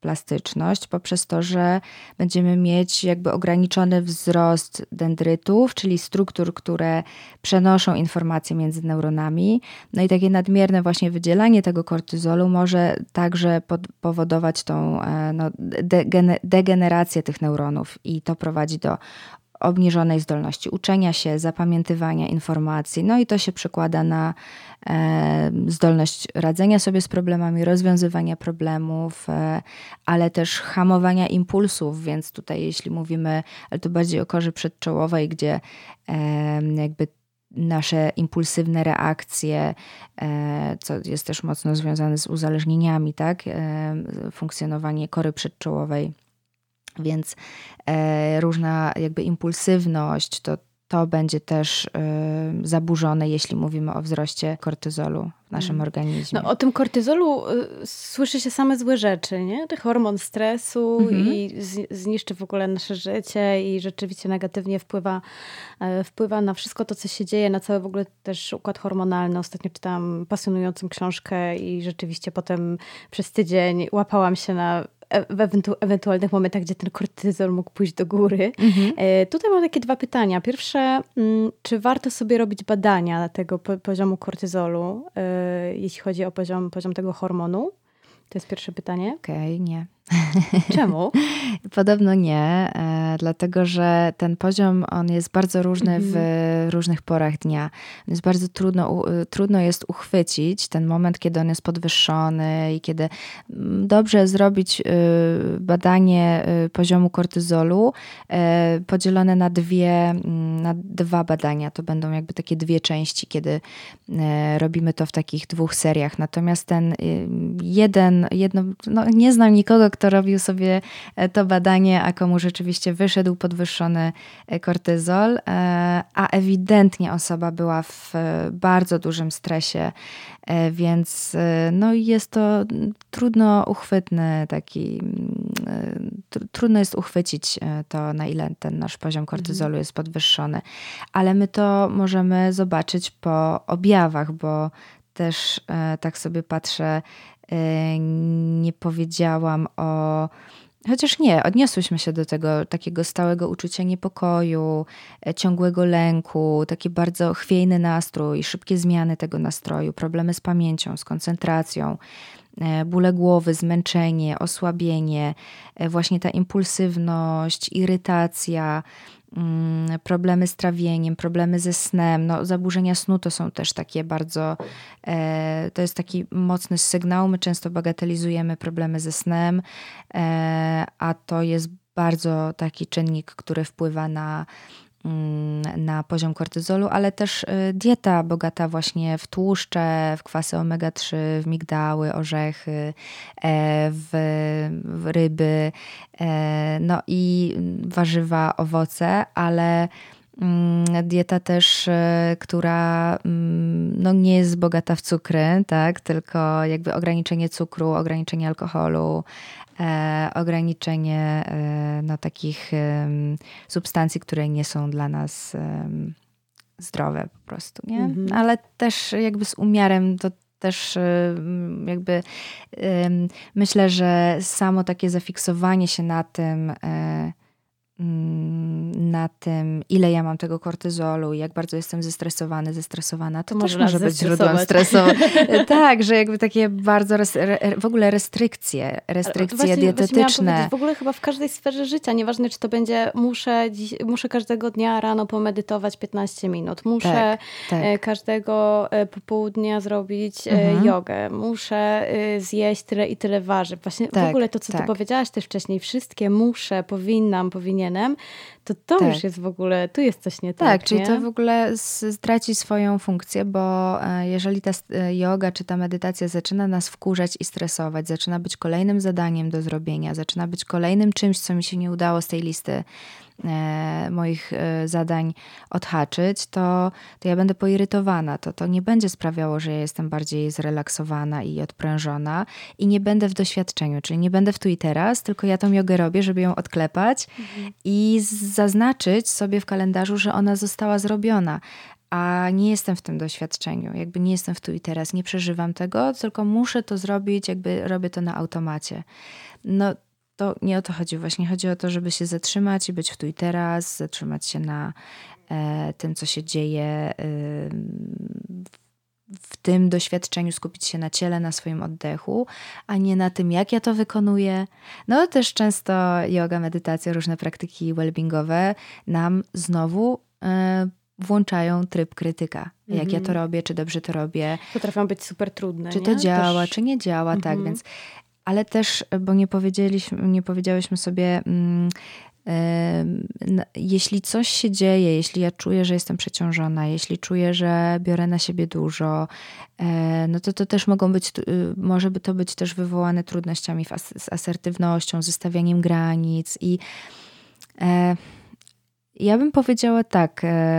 plastyczność poprzez to, że będziemy mieć jakby ograniczony wzrost dendrytów, czyli struktur, które przenoszą informacje między neuronami. No i takie nadmierne właśnie wydzielanie tego kortyzolu może także powodować tą degenerację tych neuronów i to prowadzi do obniżonej zdolności uczenia się, zapamiętywania informacji. No i to się przekłada na zdolność radzenia sobie z problemami, rozwiązywania problemów, ale też hamowania impulsów, więc tutaj jeśli mówimy, ale to bardziej o korzy przedczołowej, gdzie jakby nasze impulsywne reakcje, co jest też mocno związane z uzależnieniami, tak? Funkcjonowanie kory przedczołowej. Więc różna jakby impulsywność, to będzie też zaburzone, jeśli mówimy o wzroście kortyzolu w naszym organizmie. No, o tym kortyzolu słyszy się same złe rzeczy, nie? Hormon stresu i zniszczy w ogóle nasze życie i rzeczywiście negatywnie wpływa na wszystko to, co się dzieje, na cały w ogóle też układ hormonalny. Ostatnio czytałam pasjonującą książkę i rzeczywiście potem przez tydzień łapałam się na ewentualnych momentach, gdzie ten kortyzol mógł pójść do góry. Tutaj mam takie 2 pytania. Pierwsze, czy warto sobie robić badania tego poziomu kortyzolu, jeśli chodzi o poziom tego hormonu? To jest pierwsze pytanie. Okej, nie. Czemu? Podobno nie, dlatego że ten poziom, on jest bardzo różny w różnych porach dnia. Jest bardzo trudno jest uchwycić ten moment, kiedy on jest podwyższony i kiedy dobrze zrobić badanie poziomu kortyzolu podzielone na 2 badania. To będą jakby takie 2 części, kiedy robimy to w takich 2 seriach. Natomiast ten nie znam nikogo, kto robił sobie to badanie, a komu rzeczywiście wyszedł podwyższony kortyzol, a ewidentnie osoba była w bardzo dużym stresie, więc no jest to trudno uchwytny trudno jest uchwycić to, na ile ten nasz poziom kortyzolu jest podwyższony, ale my to możemy zobaczyć po objawach, bo też tak sobie patrzę, nie powiedziałam chociaż nie, odniosłyśmy się do tego takiego stałego uczucia niepokoju, ciągłego lęku, taki bardzo chwiejny nastrój, szybkie zmiany tego nastroju, problemy z pamięcią, z koncentracją, bóle głowy, zmęczenie, osłabienie, właśnie ta impulsywność, irytacja, problemy z trawieniem, problemy ze snem, zaburzenia snu to są też takie bardzo, to jest taki mocny sygnał. My często bagatelizujemy problemy ze snem, a to jest bardzo taki czynnik, który wpływa na poziom kortyzolu, ale też dieta bogata właśnie w tłuszcze, w kwasy omega-3, w migdały, orzechy, w ryby, no i warzywa, owoce, ale dieta też, która nie jest bogata w cukry, tak? Tylko jakby ograniczenie cukru, ograniczenie alkoholu, ograniczenie takich substancji, które nie są dla nas zdrowe po prostu, nie? Ale też jakby z umiarem to też jakby myślę, że samo takie zafiksowanie się na tym, ile ja mam tego kortyzolu i jak bardzo jestem zestresowana, to też może być źródłem stresu. Tak, że jakby takie bardzo w ogóle restrykcje dietetyczne. W ogóle chyba w każdej sferze życia, nieważne czy to będzie muszę każdego dnia rano pomedytować 15 minut, muszę każdego popołudnia zrobić jogę, muszę zjeść tyle i tyle warzyw. Właśnie w ogóle to, co ty powiedziałaś też wcześniej, wszystkie muszę, powinienem, to już jest w ogóle, tu jest coś nie tak. Tak, czyli to w ogóle straci swoją funkcję, bo jeżeli ta joga czy ta medytacja zaczyna nas wkurzać i stresować, zaczyna być kolejnym zadaniem do zrobienia, zaczyna być kolejnym czymś, co mi się nie udało z tej listy moich zadań odhaczyć, to ja będę poirytowana. To nie będzie sprawiało, że ja jestem bardziej zrelaksowana i odprężona i nie będę w doświadczeniu, czyli nie będę w tu i teraz, tylko ja tą jogę robię, żeby ją odklepać i zaznaczyć sobie w kalendarzu, że ona została zrobiona. A nie jestem w tym doświadczeniu, jakby nie jestem w tu i teraz, nie przeżywam tego, tylko muszę to zrobić, jakby robię to na automacie. no to nie o to chodzi. Właśnie chodzi o to, żeby się zatrzymać i być w tu i teraz, zatrzymać się na tym, co się dzieje w tym doświadczeniu, skupić się na ciele, na swoim oddechu, a nie na tym, jak ja to wykonuję. No też często yoga, medytacja, różne praktyki wellbeingowe nam znowu włączają tryb krytyka. Jak ja to robię, czy dobrze to robię. Potrafią być super trudne. Czy to działa, czy nie działa, tak, więc... Ale też, bo nie powiedziałyśmy sobie... jeśli coś się dzieje, jeśli ja czuję, że jestem przeciążona, jeśli czuję, że biorę na siebie dużo, no to też może by to być też wywołane trudnościami z asertywnością, ze stawianiem granic i ja bym powiedziała tak,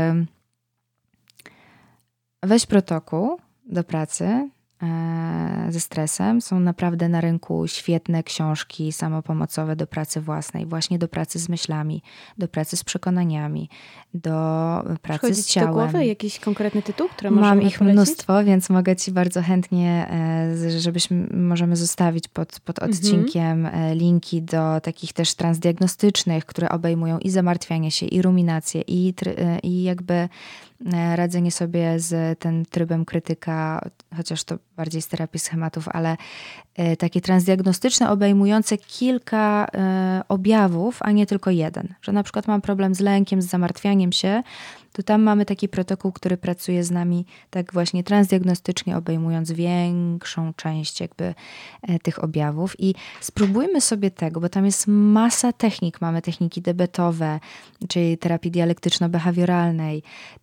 weź protokół do pracy ze stresem. Są naprawdę na rynku świetne książki samopomocowe do pracy własnej, właśnie do pracy z myślami, do pracy z przekonaniami, do pracy z ciałem. Przychodzi ci do głowy jakiś konkretny tytuł, który Mam ich polecić? Mnóstwo, więc mogę ci bardzo chętnie, możemy zostawić pod odcinkiem linki do takich też transdiagnostycznych, które obejmują i zamartwianie się, i ruminację, i jakby radzenie sobie z tym trybem krytyka, chociaż to bardziej z terapii schematów, ale takie transdiagnostyczne, obejmujące kilka objawów, a nie tylko jeden. Że na przykład mam problem z lękiem, z zamartwianiem się, to tam mamy taki protokół, który pracuje z nami tak właśnie transdiagnostycznie, obejmując większą część jakby tych objawów. I spróbujmy sobie tego, bo tam jest masa technik. Mamy techniki debetowe, czyli terapii dialektyczno-behawioralnej.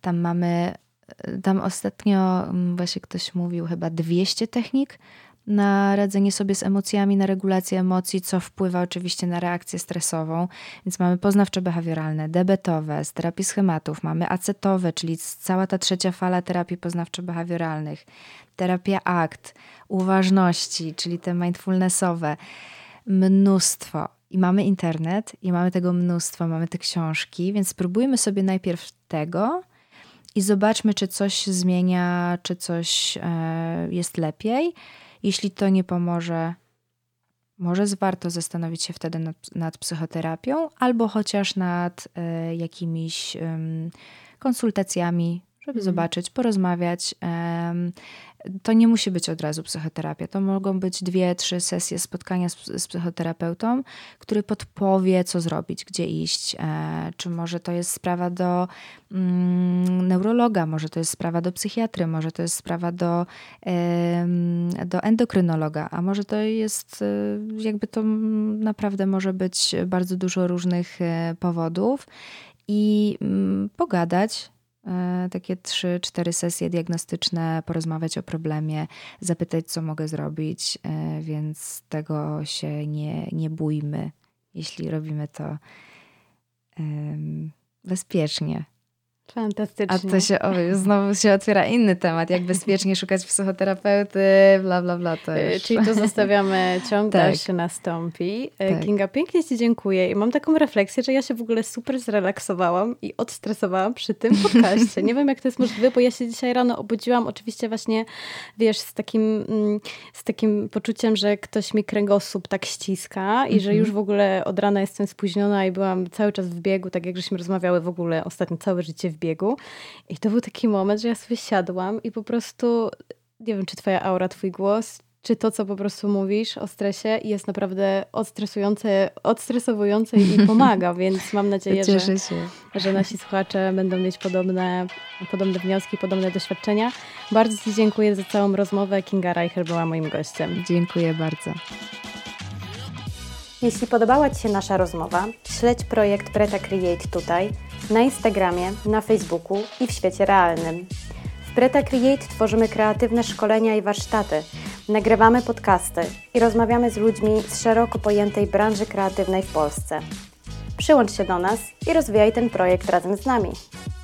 Tam ostatnio właśnie ktoś mówił chyba 200 technik na radzenie sobie z emocjami, na regulację emocji, co wpływa oczywiście na reakcję stresową. Więc mamy poznawczo-behawioralne, debetowe, z terapii schematów, mamy acetowe, czyli cała ta trzecia fala terapii poznawczo-behawioralnych, terapia ACT, uważności, czyli te mindfulnessowe. Mnóstwo. I mamy internet, i mamy tego mnóstwo, mamy te książki, więc spróbujmy sobie najpierw tego i zobaczmy, czy coś się zmienia, czy coś jest lepiej. Jeśli to nie pomoże, może warto zastanowić się wtedy nad psychoterapią albo chociaż nad jakimiś konsultacjami, żeby zobaczyć, porozmawiać. To nie musi być od razu psychoterapia. To mogą być 2-3 sesje spotkania z psychoterapeutą, który podpowie, co zrobić, gdzie iść. Czy może to jest sprawa do neurologa, może to jest sprawa do psychiatry, może to jest sprawa do endokrynologa, a może to jest jakby to naprawdę może być bardzo dużo różnych powodów i pogadać. Takie 3-4 sesje diagnostyczne, porozmawiać o problemie, zapytać, co mogę zrobić, więc tego się nie bójmy, jeśli robimy to bezpiecznie. Fantastycznie. A to znowu się otwiera inny temat, jak bezpiecznie szukać psychoterapeuty, bla, bla, bla. To już... Czyli to zostawiamy, ciąg tak. dalszy nastąpi. Tak. Kinga, pięknie ci dziękuję i mam taką refleksję, że ja się w ogóle super zrelaksowałam i odstresowałam przy tym podcaście. Nie wiem, jak to jest możliwe, bo ja się dzisiaj rano obudziłam, oczywiście właśnie, wiesz, z takim poczuciem, że ktoś mi kręgosłup tak ściska i że już w ogóle od rana jestem spóźniona i byłam cały czas w biegu, tak jak żeśmy rozmawiały w ogóle ostatnio całe życie w biegu. I to był taki moment, że ja sobie siadłam i po prostu, nie wiem, czy twoja aura, twój głos, czy to, co po prostu mówisz o stresie jest naprawdę odstresowujące i pomaga, więc mam nadzieję, że nasi słuchacze będą mieć podobne wnioski, podobne doświadczenia. Bardzo ci dziękuję za całą rozmowę. Kinga Reichel była moim gościem. Dziękuję bardzo. Jeśli podobała ci się nasza rozmowa, śledź projekt Preta Create tutaj, na Instagramie, na Facebooku i w świecie realnym. W Preta Create tworzymy kreatywne szkolenia i warsztaty, nagrywamy podcasty i rozmawiamy z ludźmi z szeroko pojętej branży kreatywnej w Polsce. Przyłącz się do nas i rozwijaj ten projekt razem z nami.